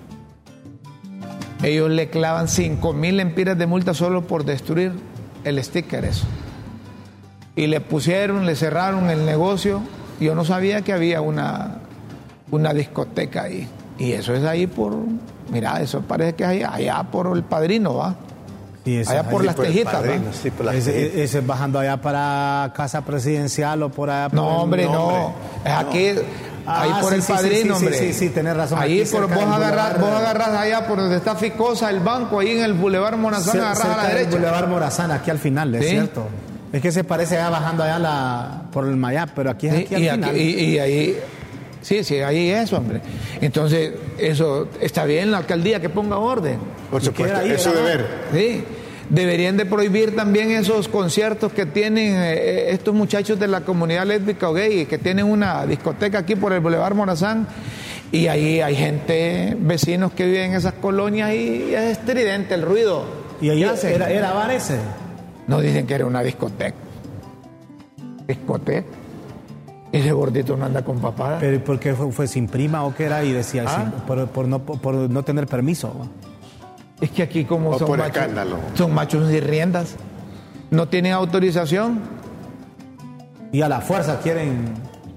le clavan 5,000 lempiras de multa solo por destruir el sticker eso. Y le cerraron el negocio. Yo no sabía que había una discoteca ahí. Y eso es ahí mira, eso parece que es allá por el Padrino, ¿va? Sí, allá por las Tejitas, ¿va? Sí, por las Ese Tejitas. es bajando allá para Casa Presidencial o por allá. No, hombre, no. Es aquí, ahí por el Padrino, hombre. Sí, tenés razón. Ahí Aquí vos agarrás allá por donde está Ficosa, el banco, ahí en el Boulevard Morazán, agarrás a la del derecha. Boulevard Morazán, aquí al final, es Sí. cierto. Es que se parece allá bajando allá por el Mayap, pero aquí es aquí al final. Y ahí, sí, ahí es, hombre. Entonces, eso está bien, la alcaldía que ponga orden. Por supuesto, queda ahí, es su ¿verdad? deber. Sí. Deberían de prohibir también esos conciertos que tienen estos muchachos de la comunidad lésbica o gay, que tienen una discoteca aquí por el Boulevard Morazán, y ahí hay gente, vecinos que viven en esas colonias y es estridente el ruido. Y ahí ¿Qué hacen? era bar ese. No, dicen que era una discoteca. ¿Discoteca? Ese gordito no anda con papada. Pero ¿por qué fue sin prima o qué era? Y decía, por no tener permiso. Es que aquí como O son por machos, escándalo. son machos sin riendas. No tienen autorización. Y a la fuerza quieren...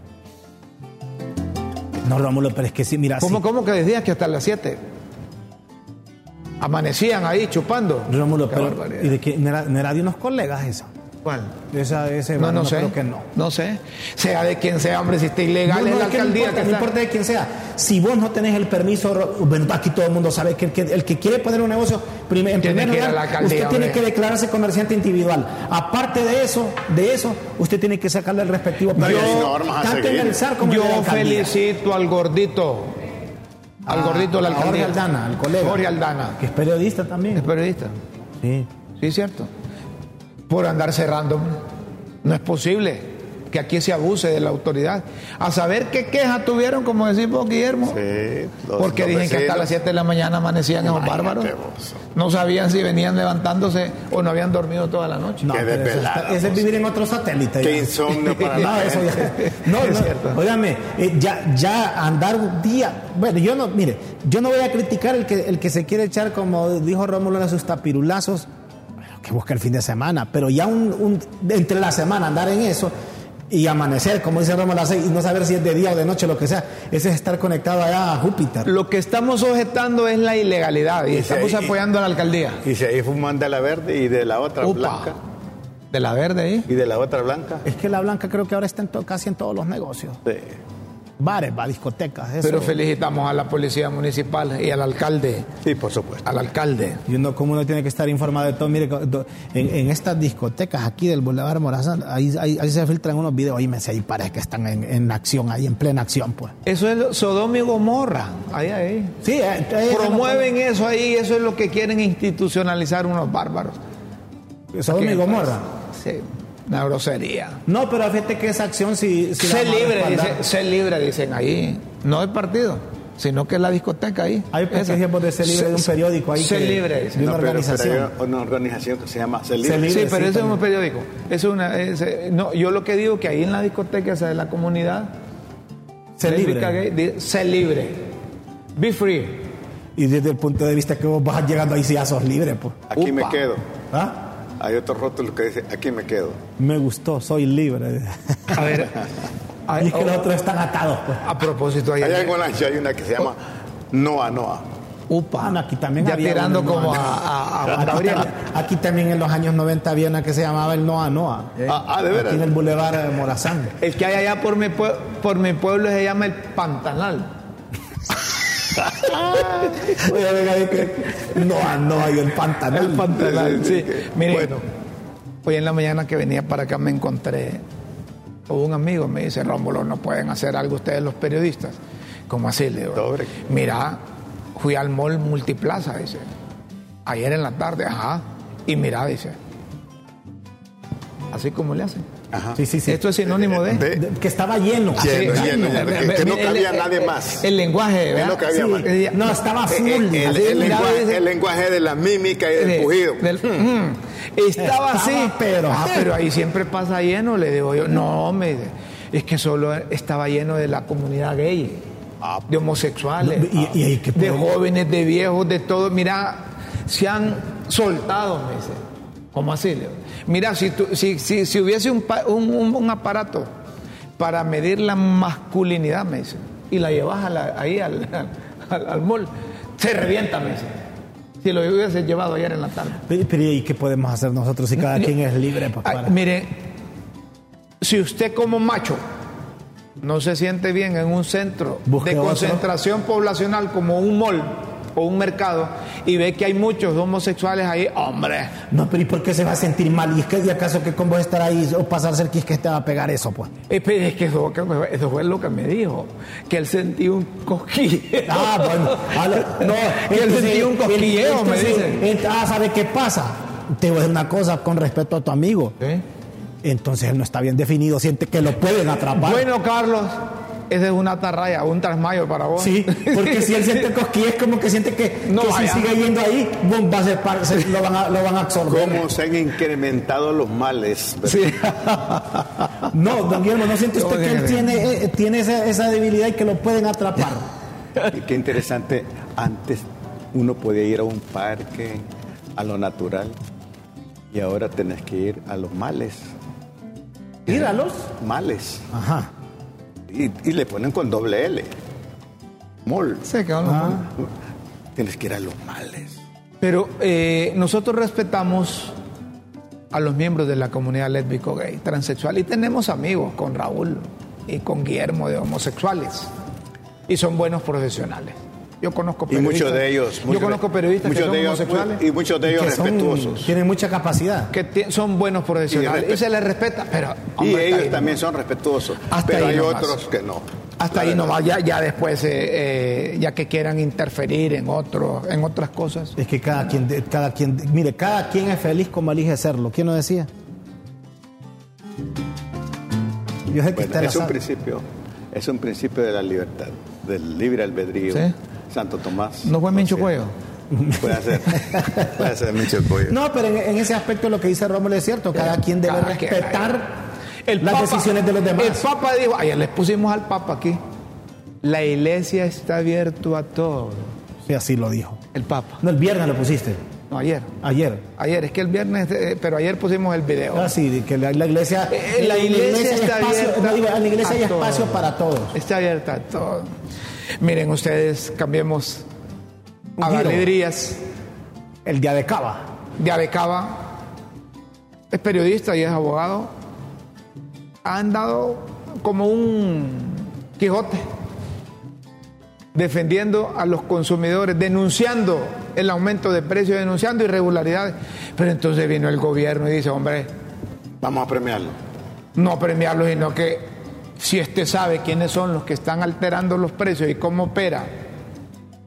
No, Rómulo, pero es que sí, mira... ¿Cómo que decías que hasta las 7? Amanecían ahí chupando. Rómulo, Qué pero... barbaridad. ¿Y de qué? ¿No era de unos colegas esa? ¿Cuál? Ese No sé. creo que no. No sé. Sea de quien sea, hombre, si está ilegal es la es que alcaldía no importa, que no está. importa de quién sea. Si vos no tenés el permiso, bueno, aquí todo el mundo sabe que el que quiere poner un negocio, en Tiene primer que ir a lugar, la alcaldía, usted tiene hombre. que declararse comerciante individual. Aparte de eso, usted tiene que sacarle el respectivo No, y hay permiso, normas a tanto en seguir. el SAR como en la Yo alcaldía. felicito al gordito. Al gordito de la A alcaldía. Jorge Aldana, al colega. Jorge Aldana. Que es periodista también. Es periodista. Sí. Sí, cierto. Por andar cerrando. No es posible que aquí se abuse de la autoridad. A saber qué queja tuvieron, como decís vos, Guillermo. Sí, Porque dicen que hasta las 7 de la mañana amanecían esos bárbaros. vos. No sabían si venían levantándose o no habían dormido toda la noche. No, Qué pero desvelada, ese es vos. vivir en otro satélite. Qué ya. insomnio para No, la eso gente. ya. No, Es no. cierto. Óigame, ya andar un día. Bueno, yo no voy a criticar el que se quiere echar, como dijo Rómulo, a sus tapirulazos, bueno, que busca el fin de semana, pero ya entre la semana andar en eso y amanecer, como dice Rómulo, a las 6 y no saber si es de día o de noche, lo que sea, ese es estar conectado allá a Júpiter. Lo que estamos objetando es la ilegalidad y Y estamos si- apoyando a la alcaldía. Y si ahí fuman de la verde y de la otra Upa. blanca. De la verde ahí. Y de la otra blanca. Es que la blanca creo que ahora está casi en todos los negocios. Sí. Bares, discotecas, eso. Pero felicitamos a la policía municipal y al alcalde. Sí, por supuesto. Al alcalde. Y como uno tiene que estar informado de todo. Mire, en estas discotecas aquí del Boulevard Morazán, ahí se filtran unos videos. Oíme, ahí parece que están en acción, ahí en plena acción, pues. Eso es Sodoma y Gomorra. Ahí. Sí, Promueven eso ahí, eso es lo que quieren institucionalizar unos bárbaros. Sodoma y Gomorra. Sí, una grosería. No, pero fíjate que esa acción si Sé libre, dicen ahí. No el partido, sino que es la discoteca ahí. Hay ejemplos de ser libre de un periódico ahí. Ser libre, dicen. De una organización. Pero hay una organización que se llama Ser Libre. Sí, pero ese es un periódico. No, yo lo que digo que ahí en la discoteca esa de la comunidad, Ser libre. Ser libre. Be free. Y desde el punto de vista que vos vas llegando ahí, si ya sos libre, pues. Aquí me quedo. ¿Ah? Hay otro rótulo que dice, aquí me quedo. Me gustó, soy libre. A ver. Y es que los otros están atados, pues. A propósito, Allá en Guanacho hay una que se llama Noa. Upa. Aquí también ya había tirando una, como a Gabriel. Aquí también en los años 90 había una que se llamaba el Noa. ¿de veras? Aquí en el Boulevard Morazán. El que hay allá por mi pueblo se llama el Pantanal. Oye, venga, Noa y el Pantanal. El Pantanal, sí. Miren, Bueno. Hoy en la mañana que venía para acá me encontré un amigo, me dice, Rómulo, ¿no pueden hacer algo ustedes los periodistas? ¿Cómo así? Le digo, Dobre. mira, fui al mall Multiplaza, dice, ayer en la tarde, y mira, dice, así como le hacen. Ajá. Sí. Esto es sinónimo de Que estaba lleno. Lleno, que no cabía nadie más. El lenguaje, ¿verdad? No cabía más. No, estaba full. El lenguaje de la mímica y del pujido. Estaba así, pero ahí siempre pasa lleno, le digo yo. No, me dice, es que solo estaba lleno de la comunidad gay, de homosexuales, de jóvenes, de viejos, de todo. Mira, se han soltado, me dice. ¿Cómo así? Mira, si hubiese un aparato para medir la masculinidad, me dice, y la llevas ahí al mall, se revienta, me dice. Si lo hubiese llevado ayer en la tarde. Pero ¿y qué podemos hacer nosotros si cada quien es libre? Mire, si usted como macho no se siente bien en un centro de concentración poblacional como un mall o un mercado y ve que hay muchos homosexuales ahí, hombre. No, pero ¿y por qué se va a sentir mal? ¿Y es que de acaso que con vos estar ahí o pasar cerca es que te va a pegar eso, pues? Es que eso fue lo que me dijo, que él sentía un cosquilleo. Bueno, que él sentía un cosquilleo, me dice. ¿Sabe qué pasa? Te voy a decir una cosa con respecto a tu amigo. Entonces él no está bien definido, siente que lo pueden atrapar. Bueno, Carlos, esa es una atarraya, un trasmayo para vos. Sí, porque si él siente cosquillas, es como que siente que si sigue yendo ahí, boom, va a ser lo van a absorber. ¿Cómo se han incrementado los males? Sí. No, don Guillermo, ¿no siente usted que él tiene esa debilidad y que lo pueden atrapar? Y qué interesante, antes uno podía ir a un parque, a lo natural, y ahora tenés que ir a los males. ¿Ir a los? Males. Ajá. Y le ponen con doble L. Mall. Sí, que Tienes que ir a los males. Pero nosotros respetamos a los miembros de la comunidad lésbico, gay, transexual, y tenemos amigos con Raúl y con Guillermo de homosexuales, y son buenos profesionales. Yo conozco periodistas. Y muchos de ellos. Yo conozco periodistas que son homosexuales. Y muchos de ellos respetuosos. Tienen mucha capacidad. Que son buenos profesionales. Y se les respeta. Pero, hombre, y ellos también son respetuosos. Pero hay otros que no. Hasta ahí nomás. Ya después, ya que quieran interferir en otras cosas. Es que cada quien, mire, cada quien es feliz como elige serlo. ¿Quién lo decía? Yo sé que es un principio de la libertad, del libre albedrío. ¿Sí? Santo Tomás. ¿No fue Mincho Cuello? Puede ser Mincho Cuello. No, pero en ese aspecto lo que dice Rómulo es cierto. Cada quien debe respetar las decisiones de los demás. El Papa dijo, ayer les pusimos al Papa aquí, la iglesia está abierta a todo. Sí, así lo dijo. El Papa. No, el viernes lo pusiste. No, ayer. Ayer, es que el viernes, pero ayer pusimos el video. Ah, sí, que la iglesia... la iglesia está abierta. En la iglesia hay espacio para todos. Está abierta a todo. Miren, ustedes, cambiemos a Valedrías. El de Abecaba. De Abecaba. Es periodista y es abogado. Ha andado como un Quijote, defendiendo a los consumidores, denunciando el aumento de precios, denunciando irregularidades. Pero entonces vino el gobierno y dice, hombre, vamos a premiarlo. No premiarlo, sino que si usted sabe quiénes son los que están alterando los precios y cómo operan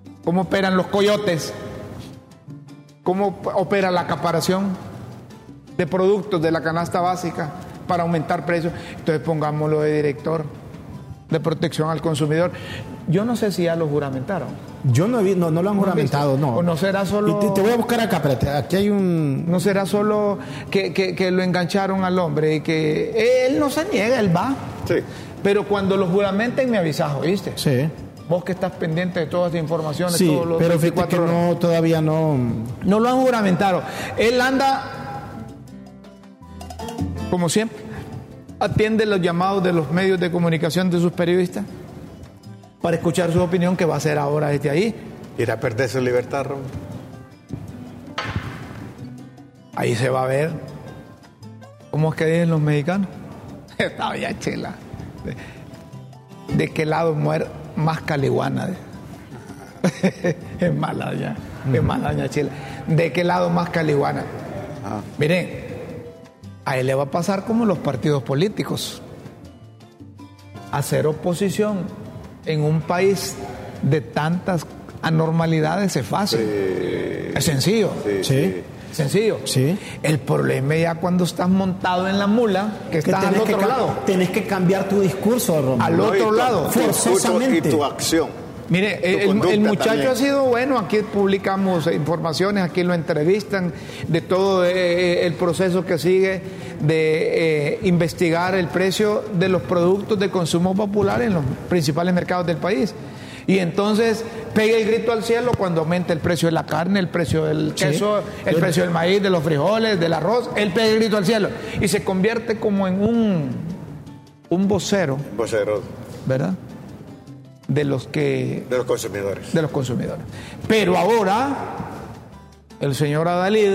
los coyotes, cómo opera la acaparación, de productos de la canasta básica para aumentar precios. Entonces pongámoslo de director de protección al consumidor. Yo no sé si ya lo juramentaron. Yo no lo han juramentado, no. O no será solo... Y te voy a buscar acá, espérate, aquí hay un... No será solo que lo engancharon al hombre y que él no se niega, él va. Sí. Pero cuando lo juramenten me avisas, ¿oíste? Sí. Vos que estás pendiente de todas las informaciones, Sí, todos los pero fíjate que no, todavía no... No lo han juramentado. Él anda, como siempre, atiende los llamados de los medios de comunicación de sus periodistas para escuchar su opinión, que va a ser ahora desde ahí. ¿Irá a perder su libertad, Ron? Ahí se va a ver cómo es que dicen los mexicanos. Está ya chela. ¿De qué lado muere más caliguana? Es mala ya. Es mala doña Chela. ¿De qué lado más caliguana? Miren, a él le va a pasar como los partidos políticos. Hacer oposición en un país de tantas anormalidades es fácil. Es sencillo. Sí. Sencillo. Sí. El problema ya cuando estás montado en la mula, que estás al otro lado. Tenés que cambiar tu discurso, Román. Al otro lado. Forzosamente. Y tu acción. Mire, el muchacho también ha sido bueno, aquí publicamos informaciones, aquí lo entrevistan de todo el proceso que sigue de investigar el precio de los productos de consumo popular en los principales mercados del país. Y entonces pega el grito al cielo cuando aumenta el precio de la carne, el precio del queso, el precio del maíz, de los frijoles, del arroz. Él pega el grito al cielo y se convierte como en un vocero, ¿verdad? De los consumidores. Pero ahora el señor Adalid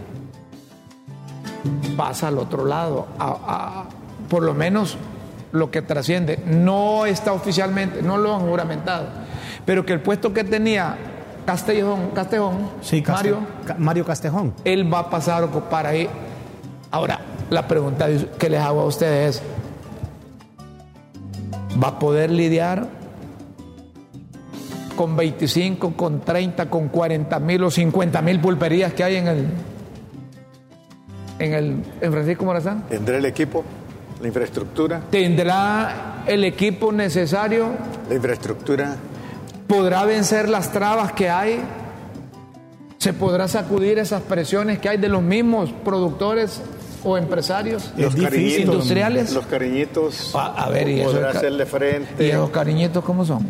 pasa al otro lado, por lo menos lo que trasciende. No está oficialmente, no lo han juramentado, pero que el puesto que tenía Castejón, sí, Mario Castejón, él va a pasar a ocupar ahí. Ahora, la pregunta que les hago a ustedes es: ¿va a poder lidiar con 25, con 30, con 40,000 o 50,000 pulperías que hay en Francisco Morazán? ¿Tendrá el equipo, la infraestructura? ¿Tendrá el equipo necesario? La infraestructura. ¿Podrá vencer las trabas que hay? ¿Se podrá sacudir esas presiones que hay de los mismos productores o empresarios industriales? Los cariñitos. A ver, ¿y podrá eso, hacerle frente? ¿Y esos cariñitos cómo son?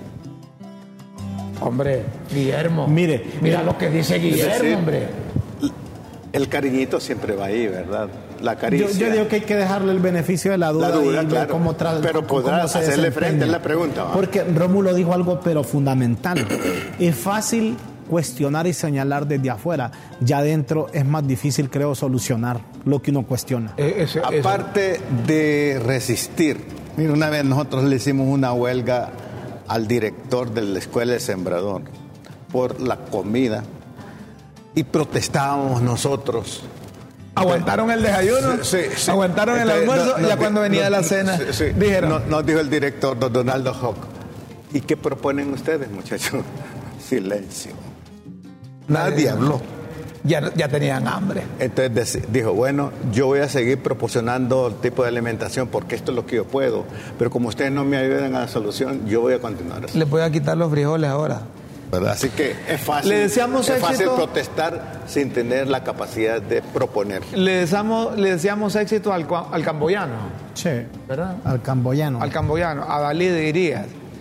Hombre, Guillermo. Mira lo que dice Guillermo, decir, hombre. El cariñito siempre va ahí, ¿verdad? La caricia. Yo digo que hay que dejarle el beneficio de la duda, y claro. cómo pero podrá hacerle frente, es la pregunta. ¿va? Porque Rómulo dijo algo pero fundamental. Es fácil cuestionar y señalar desde afuera. Ya adentro es más difícil, creo, solucionar lo que uno cuestiona. Aparte de resistir. Mira, una vez nosotros le hicimos una huelga al director de la escuela de Sembrador por la comida y protestábamos nosotros. ¿Aguantaron el desayuno? Sí. ¿Aguantaron el almuerzo? Ya cuando venía la cena, dijeron. Nos dijo el director, don Donaldo Hock: ¿y qué proponen ustedes, muchachos? Silencio. Nadie habló. Ya tenían hambre. Entonces dijo, bueno, yo voy a seguir proporcionando el tipo de alimentación porque esto es lo que yo puedo, pero como ustedes no me ayudan a la solución, yo voy a continuar así. Les voy a quitar los frijoles ahora. ¿Verdad? Así que es fácil. Le deseamos es fácil éxito. Protestar sin tener la capacidad de proponer. Le deseamos éxito al camboyano. Sí, ¿verdad? Al camboyano. A Dalí dirías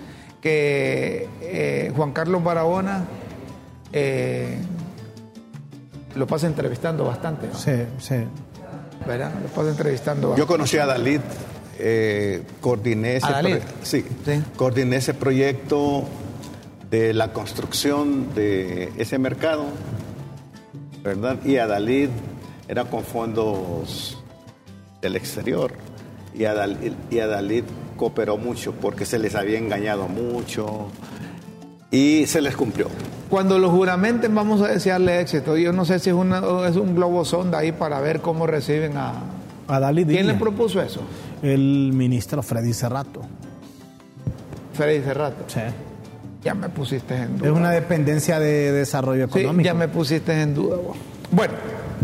que Juan Carlos Barahona lo pasa entrevistando bastante, ¿no? Sí. ¿Verdad? Lo pasa entrevistando bastante. Yo conocí a Dalit, coordiné ese proyecto de la construcción de ese mercado, ¿verdad? Y a Dalit era con fondos del exterior. Y a Dalit cooperó mucho porque se les había engañado mucho y se les cumplió. Cuando lo juramenten vamos a desearle éxito. Yo no sé si es un globo sonda ahí para ver cómo reciben a Dalit. ¿Quién le propuso eso? El ministro Freddy Cerrato. Freddy Cerrato. Sí. Ya me pusiste en duda. Es una dependencia de desarrollo económico. Sí, ya me pusiste en duda. Bueno,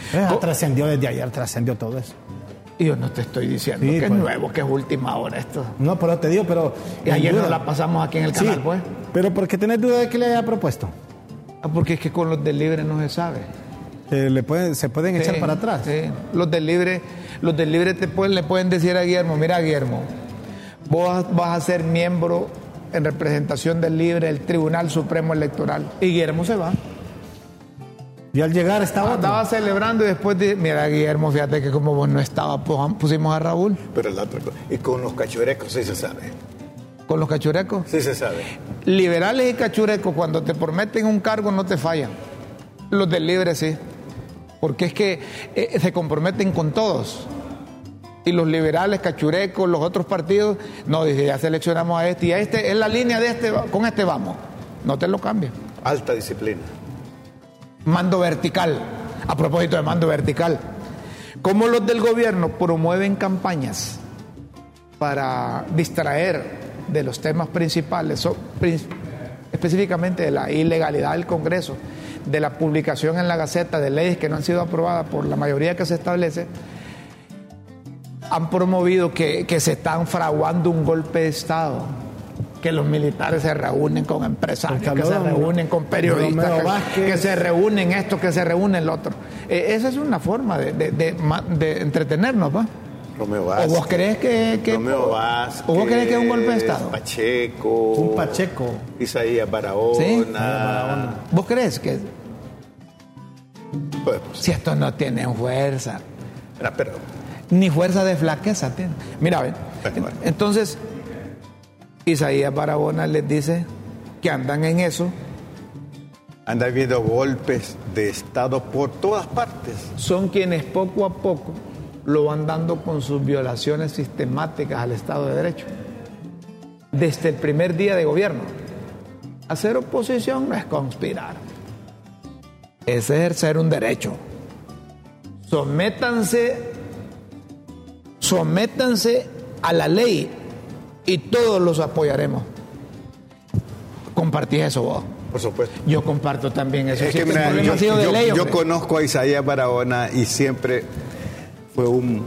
Trascendió desde ayer, trascendió todo eso. Y yo no te estoy diciendo que es nuevo, que es última hora esto. No, pero te digo, pero... Y ayer nos la pasamos aquí en el canal, pues. Pero ¿por qué tenés duda de que le haya propuesto? Porque es que con los del Libre no se sabe. Se pueden echar para atrás. Sí. Los del Libre le pueden decir a Guillermo, mira Guillermo, vos vas a ser miembro en representación del Libre del Tribunal Supremo Electoral. Y Guillermo se va. Y al llegar estaba celebrando y después mira Guillermo, fíjate que como vos no estabas, pusimos a Raúl. Pero la otra cosa, y con los cachurecos sí se sabe. ¿Con los cachurecos? Sí se sabe. Liberales y cachurecos, cuando te prometen un cargo no te fallan. Los del Libre sí. Porque es que se comprometen con todos. Y los liberales, cachurecos, los otros partidos, no, dice, ya seleccionamos a este y a este, es la línea de este, con este vamos. No te lo cambies. Alta disciplina. Mando vertical. A propósito de mando vertical. ¿Cómo los del gobierno promueven campañas para distraer de los temas principales, específicamente de la ilegalidad del Congreso, de la publicación en la Gaceta de leyes que no han sido aprobadas por la mayoría que se establece? Han promovido que se están fraguando un golpe de Estado, que los militares se reúnen con empresarios, que se reúnen con periodistas, que se reúnen esto, que se reúnen lo otro. Esa es una forma de entretenernos, ¿va? Romeo Vázquez. ¿O vos crees que Romeo Vázquez? ¿O vos crees que es un golpe de Estado? Pacheco. Un Pacheco. Isaías Barahona. ¿Sí? ¿Vos crees que...? Pues, si esto no tiene fuerza. Pero ni fuerza de flaqueza tiene. Mira, ven. Entonces, Isaías Barahona les dice que andan en eso. Anda habiendo golpes de Estado por todas partes. Son quienes poco a poco lo van dando con sus violaciones sistemáticas al Estado de Derecho. Desde el primer día de gobierno. Hacer oposición no es conspirar. Es ejercer un derecho. Sométanse a la ley y todos los apoyaremos. ¿Compartís eso vos? Por supuesto. Yo comparto también eso. Es que, mira, yo conozco a Isaías Barahona y siempre fue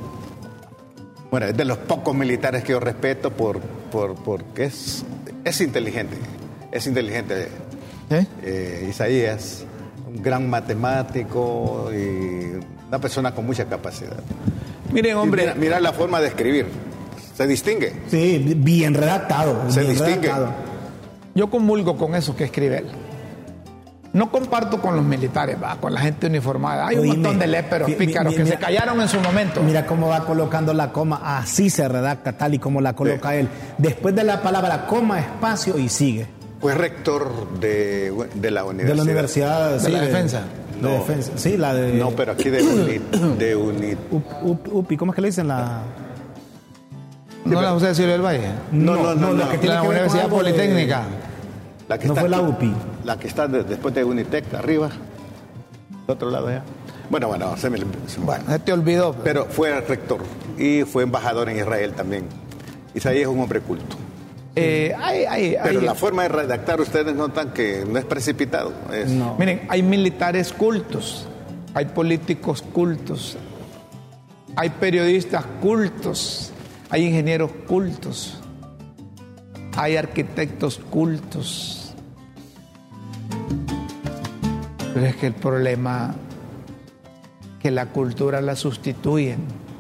es de los pocos militares que yo respeto porque es inteligente. Es inteligente. Isaías, un gran matemático y una persona con mucha capacidad. Miren, hombre. Mira la forma de escribir. Se distingue. Sí, bien redactado. Se distingue. Redactado. Yo comulgo con eso que escribe él. No comparto con los militares, con la gente uniformada. Hay un montón de léperos, pícaros que se callaron en su momento. Mira cómo va colocando la coma, así se redacta, tal y como la coloca él. Después de la palabra coma, espacio y sigue. Fue rector de la universidad. De la universidad, de la defensa. No, de defensa. Sí, la de... No, pero aquí de UNIT. UPI, ¿cómo es que le dicen la...? ¿No la José de Silvio del Valle? No, la que tiene la Universidad Politécnica. La que no está fue aquí, la UPI. La que está después de Unitec, arriba. Del otro lado allá. Bueno, se te olvidó. Pero fue rector y fue embajador en Israel también. Isaías es un hombre culto. Pero la forma de redactar, ustedes notan que no es precipitado. No. Miren, hay militares cultos, hay políticos cultos, hay periodistas cultos, hay ingenieros cultos, hay arquitectos cultos. Pero es que el problema es que la cultura la sustituyen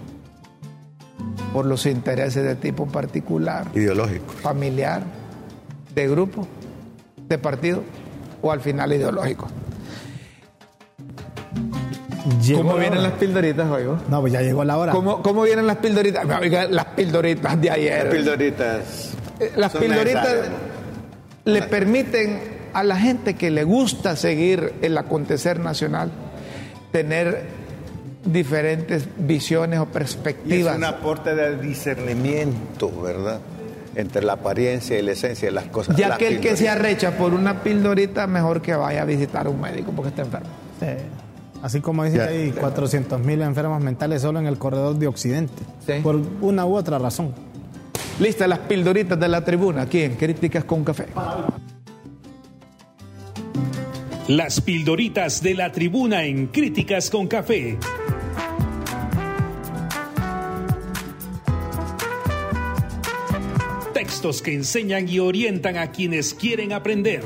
por los intereses de tipo particular, ideológico, familiar, de grupo, de partido o al final ideológico. ¿Cómo vienen las pildoritas hoy vos? No, pues ya llegó la hora. ¿Cómo vienen las pildoritas? Oiga, las pildoritas de ayer. Las pildoritas le permiten a la gente que le gusta seguir el acontecer nacional tener diferentes visiones o perspectivas. Y es un aporte de discernimiento, ¿verdad? Entre la apariencia y la esencia de las cosas. Ya que el que se arrecha por una pildorita, mejor que vaya a visitar a un médico porque está enfermo. Sí. Así como dicen que hay 400,000 enfermos mentales solo en el corredor de Occidente. Sí. Por una u otra razón. Listas las pildoritas de la tribuna aquí en Críticas con Café. Las pildoritas de la tribuna en Críticas con Café. Textos que enseñan y orientan a quienes quieren aprender.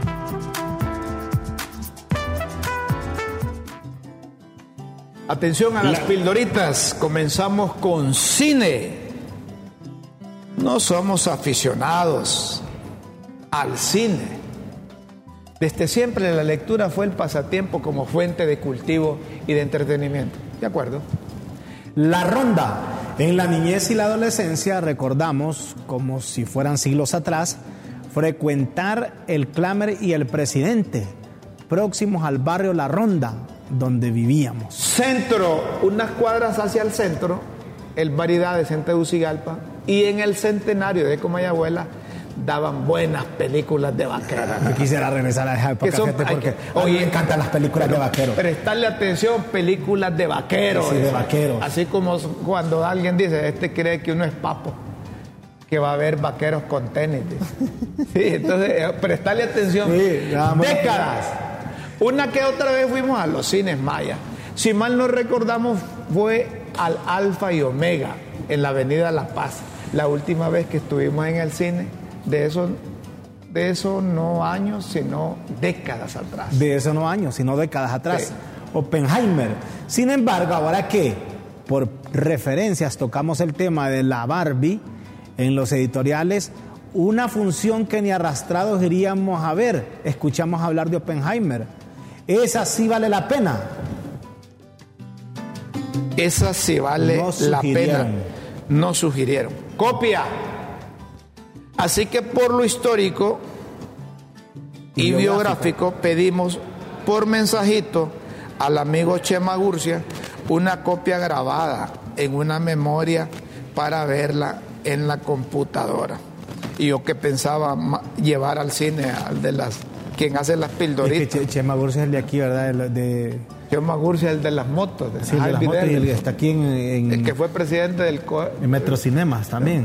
Atención a las pildoritas, comenzamos con cine. No somos aficionados al cine. Desde siempre la lectura fue el pasatiempo como fuente de cultivo y de entretenimiento. ¿De acuerdo? La ronda. En la niñez y la adolescencia recordamos, como si fueran siglos atrás, frecuentar el Clamer y el Presidente, próximos al barrio La Ronda, donde vivíamos. Centro, unas cuadras hacia el centro, el Variedades en Tegucigalpa, y en el Centenario de Comayagüela daban buenas películas de vaqueros. Yo quisiera regresar a esa época, porque a mí me encantan las películas de vaqueros. Prestarle atención, películas de vaqueros. Sí, de vaqueros. Así como cuando alguien dice, cree que uno es papo, que va a haber vaqueros con tenis. Sí, entonces, prestarle atención. Sí, décadas. Una que otra vez fuimos a los cines mayas. Si mal no recordamos, fue al Alfa y Omega, en la avenida La Paz. La última vez que estuvimos en el cine, de eso no años, sino décadas atrás. De eso no años, sino décadas atrás. Sí. Oppenheimer. Sin embargo, ahora que por referencias tocamos el tema de la Barbie en los editoriales, una función que ni arrastrados iríamos a ver. Escuchamos hablar de Oppenheimer. Esa sí vale la pena. Esa sí vale la pena. No sugirieron. Copia. Así que por lo histórico y biográfico pedimos por mensajito al amigo Chema Gurcia una copia grabada en una memoria para verla en la computadora. Y yo que pensaba llevar al cine al de quien hace las pildoritas. Es que Chema Gurcia es el de aquí, ¿verdad? Chema Gurcia es el de las motos. Sí, el de las motos, y el que está aquí en el que fue presidente del en Metrocinemas también.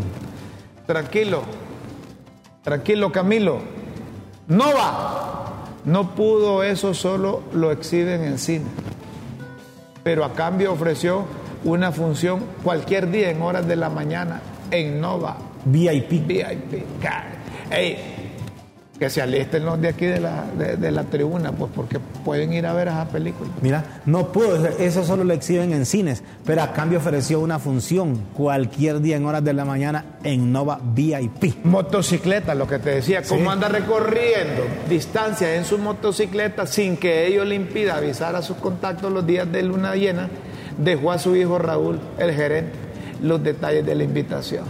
Tranquilo, Camilo. Nova. No pudo eso, solo lo exhiben en cine. Pero a cambio ofreció una función cualquier día en horas de la mañana en Nova. VIP. Ey, que se alisten los de aquí de la tribuna, pues porque pueden ir a ver esa película. Mira, no pudo, eso solo lo exhiben en cines, pero a cambio ofreció una función cualquier día en horas de la mañana en Nova VIP. Motocicleta, lo que te decía, Sí. cómo anda recorriendo distancias en su motocicleta sin que ello le impida avisar a sus contactos los días de luna llena, dejó a su hijo Raúl, el gerente, los detalles de la invitación.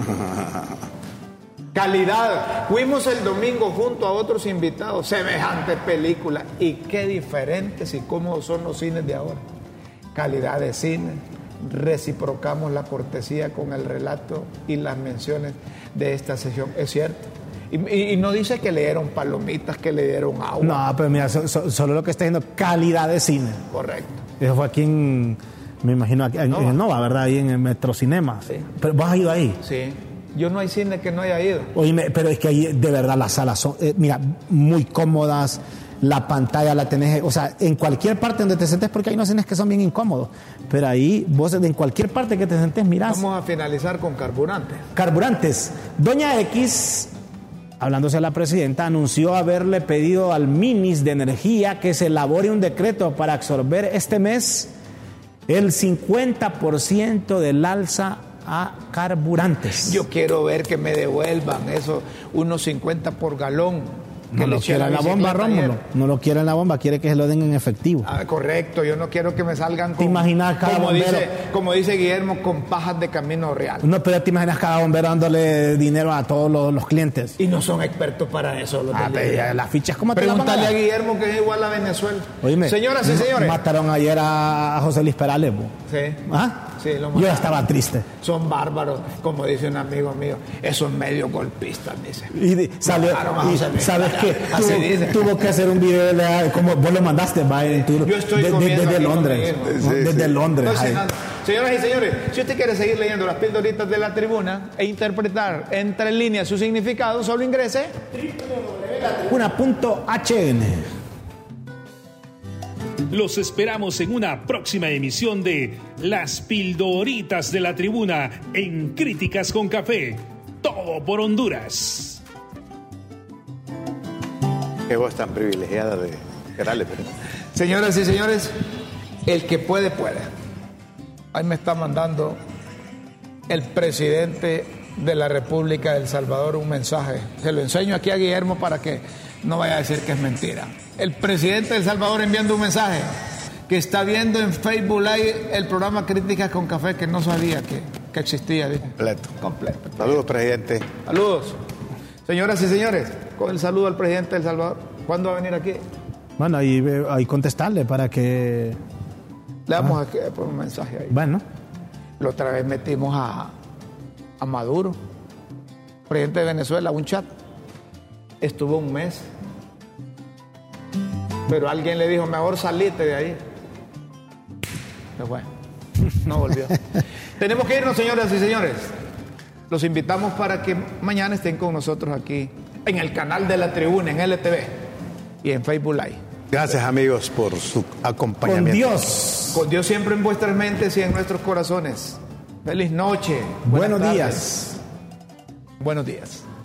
Calidad. Fuimos el domingo junto a otros invitados. Semejante película. Y qué diferentes y cómodos son los cines de ahora. Calidad de cine. Reciprocamos la cortesía con el relato y las menciones de esta sesión. Es cierto. Y no dice que le dieron palomitas, que le dieron agua. No, pero mira, solo lo que está diciendo, calidad de cine. Correcto. Eso fue aquí me imagino, en Nova, ¿verdad? Ahí en el Metrocinemas. Sí. Pero ¿vos has ido ahí? Sí. Yo no hay cine que no haya ido. Oye, pero es que ahí de verdad las salas son, mira, muy cómodas, la pantalla la tenés, o sea, en cualquier parte donde te sentes, porque hay unos cines que son bien incómodos, pero ahí vos en cualquier parte que te sentes mirás. Vamos a finalizar con carburantes. Carburantes. Doña X, hablándose a la presidenta, anunció haberle pedido al Minis de Energía que se elabore un decreto para absorber este mes el 50% del alza a carburantes. Yo quiero ver que me devuelvan eso, unos 50 por galón. No lo quiere en la bomba, Rómulo. No lo quiere en la bomba, quiere que se lo den en efectivo. Ah, correcto, yo no quiero que me salgan con... ¿Te imaginas cada bombero? Como dice Guillermo, con pajas de camino real. No, pero te imaginas cada bombero dándole dinero a todos los clientes. Y no son expertos para eso. Las fichas, ¿cómo te Pregúntale a Guillermo, que es igual a Venezuela. Oíme, señoras y señores. Mataron ayer a José Luis Perales. Sí. ¿Ah? Sí, lo Yo ya estaba triste. Son bárbaros, como dice un amigo mío. Esos medio golpistas, dice. Y salió, y ¿sabes qué? Así dice. Tuvo que hacer un video como vos lo mandaste, Yo estoy desde Londres. Desde Londres. Señoras y señores, si usted quiere seguir leyendo las pildoritas de la tribuna e interpretar entre líneas su significado, solo ingrese www.latribuna.hn. Los esperamos en una próxima emisión de Las Pildoritas de la Tribuna en Críticas con Café. Todo por Honduras. Qué voz tan privilegiada de Gerales. Señoras y señores, el que puede, puede. Ahí me está mandando el presidente de la República de El Salvador un mensaje. Se lo enseño aquí a Guillermo para que no vaya a decir que es mentira. El presidente de El Salvador enviando un mensaje que está viendo en Facebook Live el programa Críticas con Café, que no sabía que existía. Completo. Saludos, presidente. Saludos. Señoras y señores, con el saludo al presidente de El Salvador. ¿Cuándo va a venir aquí? Bueno, ahí contestarle para que... Le damos aquí por un mensaje ahí. Bueno. La otra vez metimos a Maduro, presidente de Venezuela, un chat. Estuvo un mes. Pero alguien le dijo, mejor salite de ahí. Se fue. No volvió. Tenemos que irnos, señoras y señores. Los invitamos para que mañana estén con nosotros aquí en el canal de La Tribuna, en LTV y en Facebook Live. Gracias, amigos, por su acompañamiento. Con Dios. Con Dios siempre en vuestras mentes y en nuestros corazones. Feliz noche. Buenos días. Buenos días.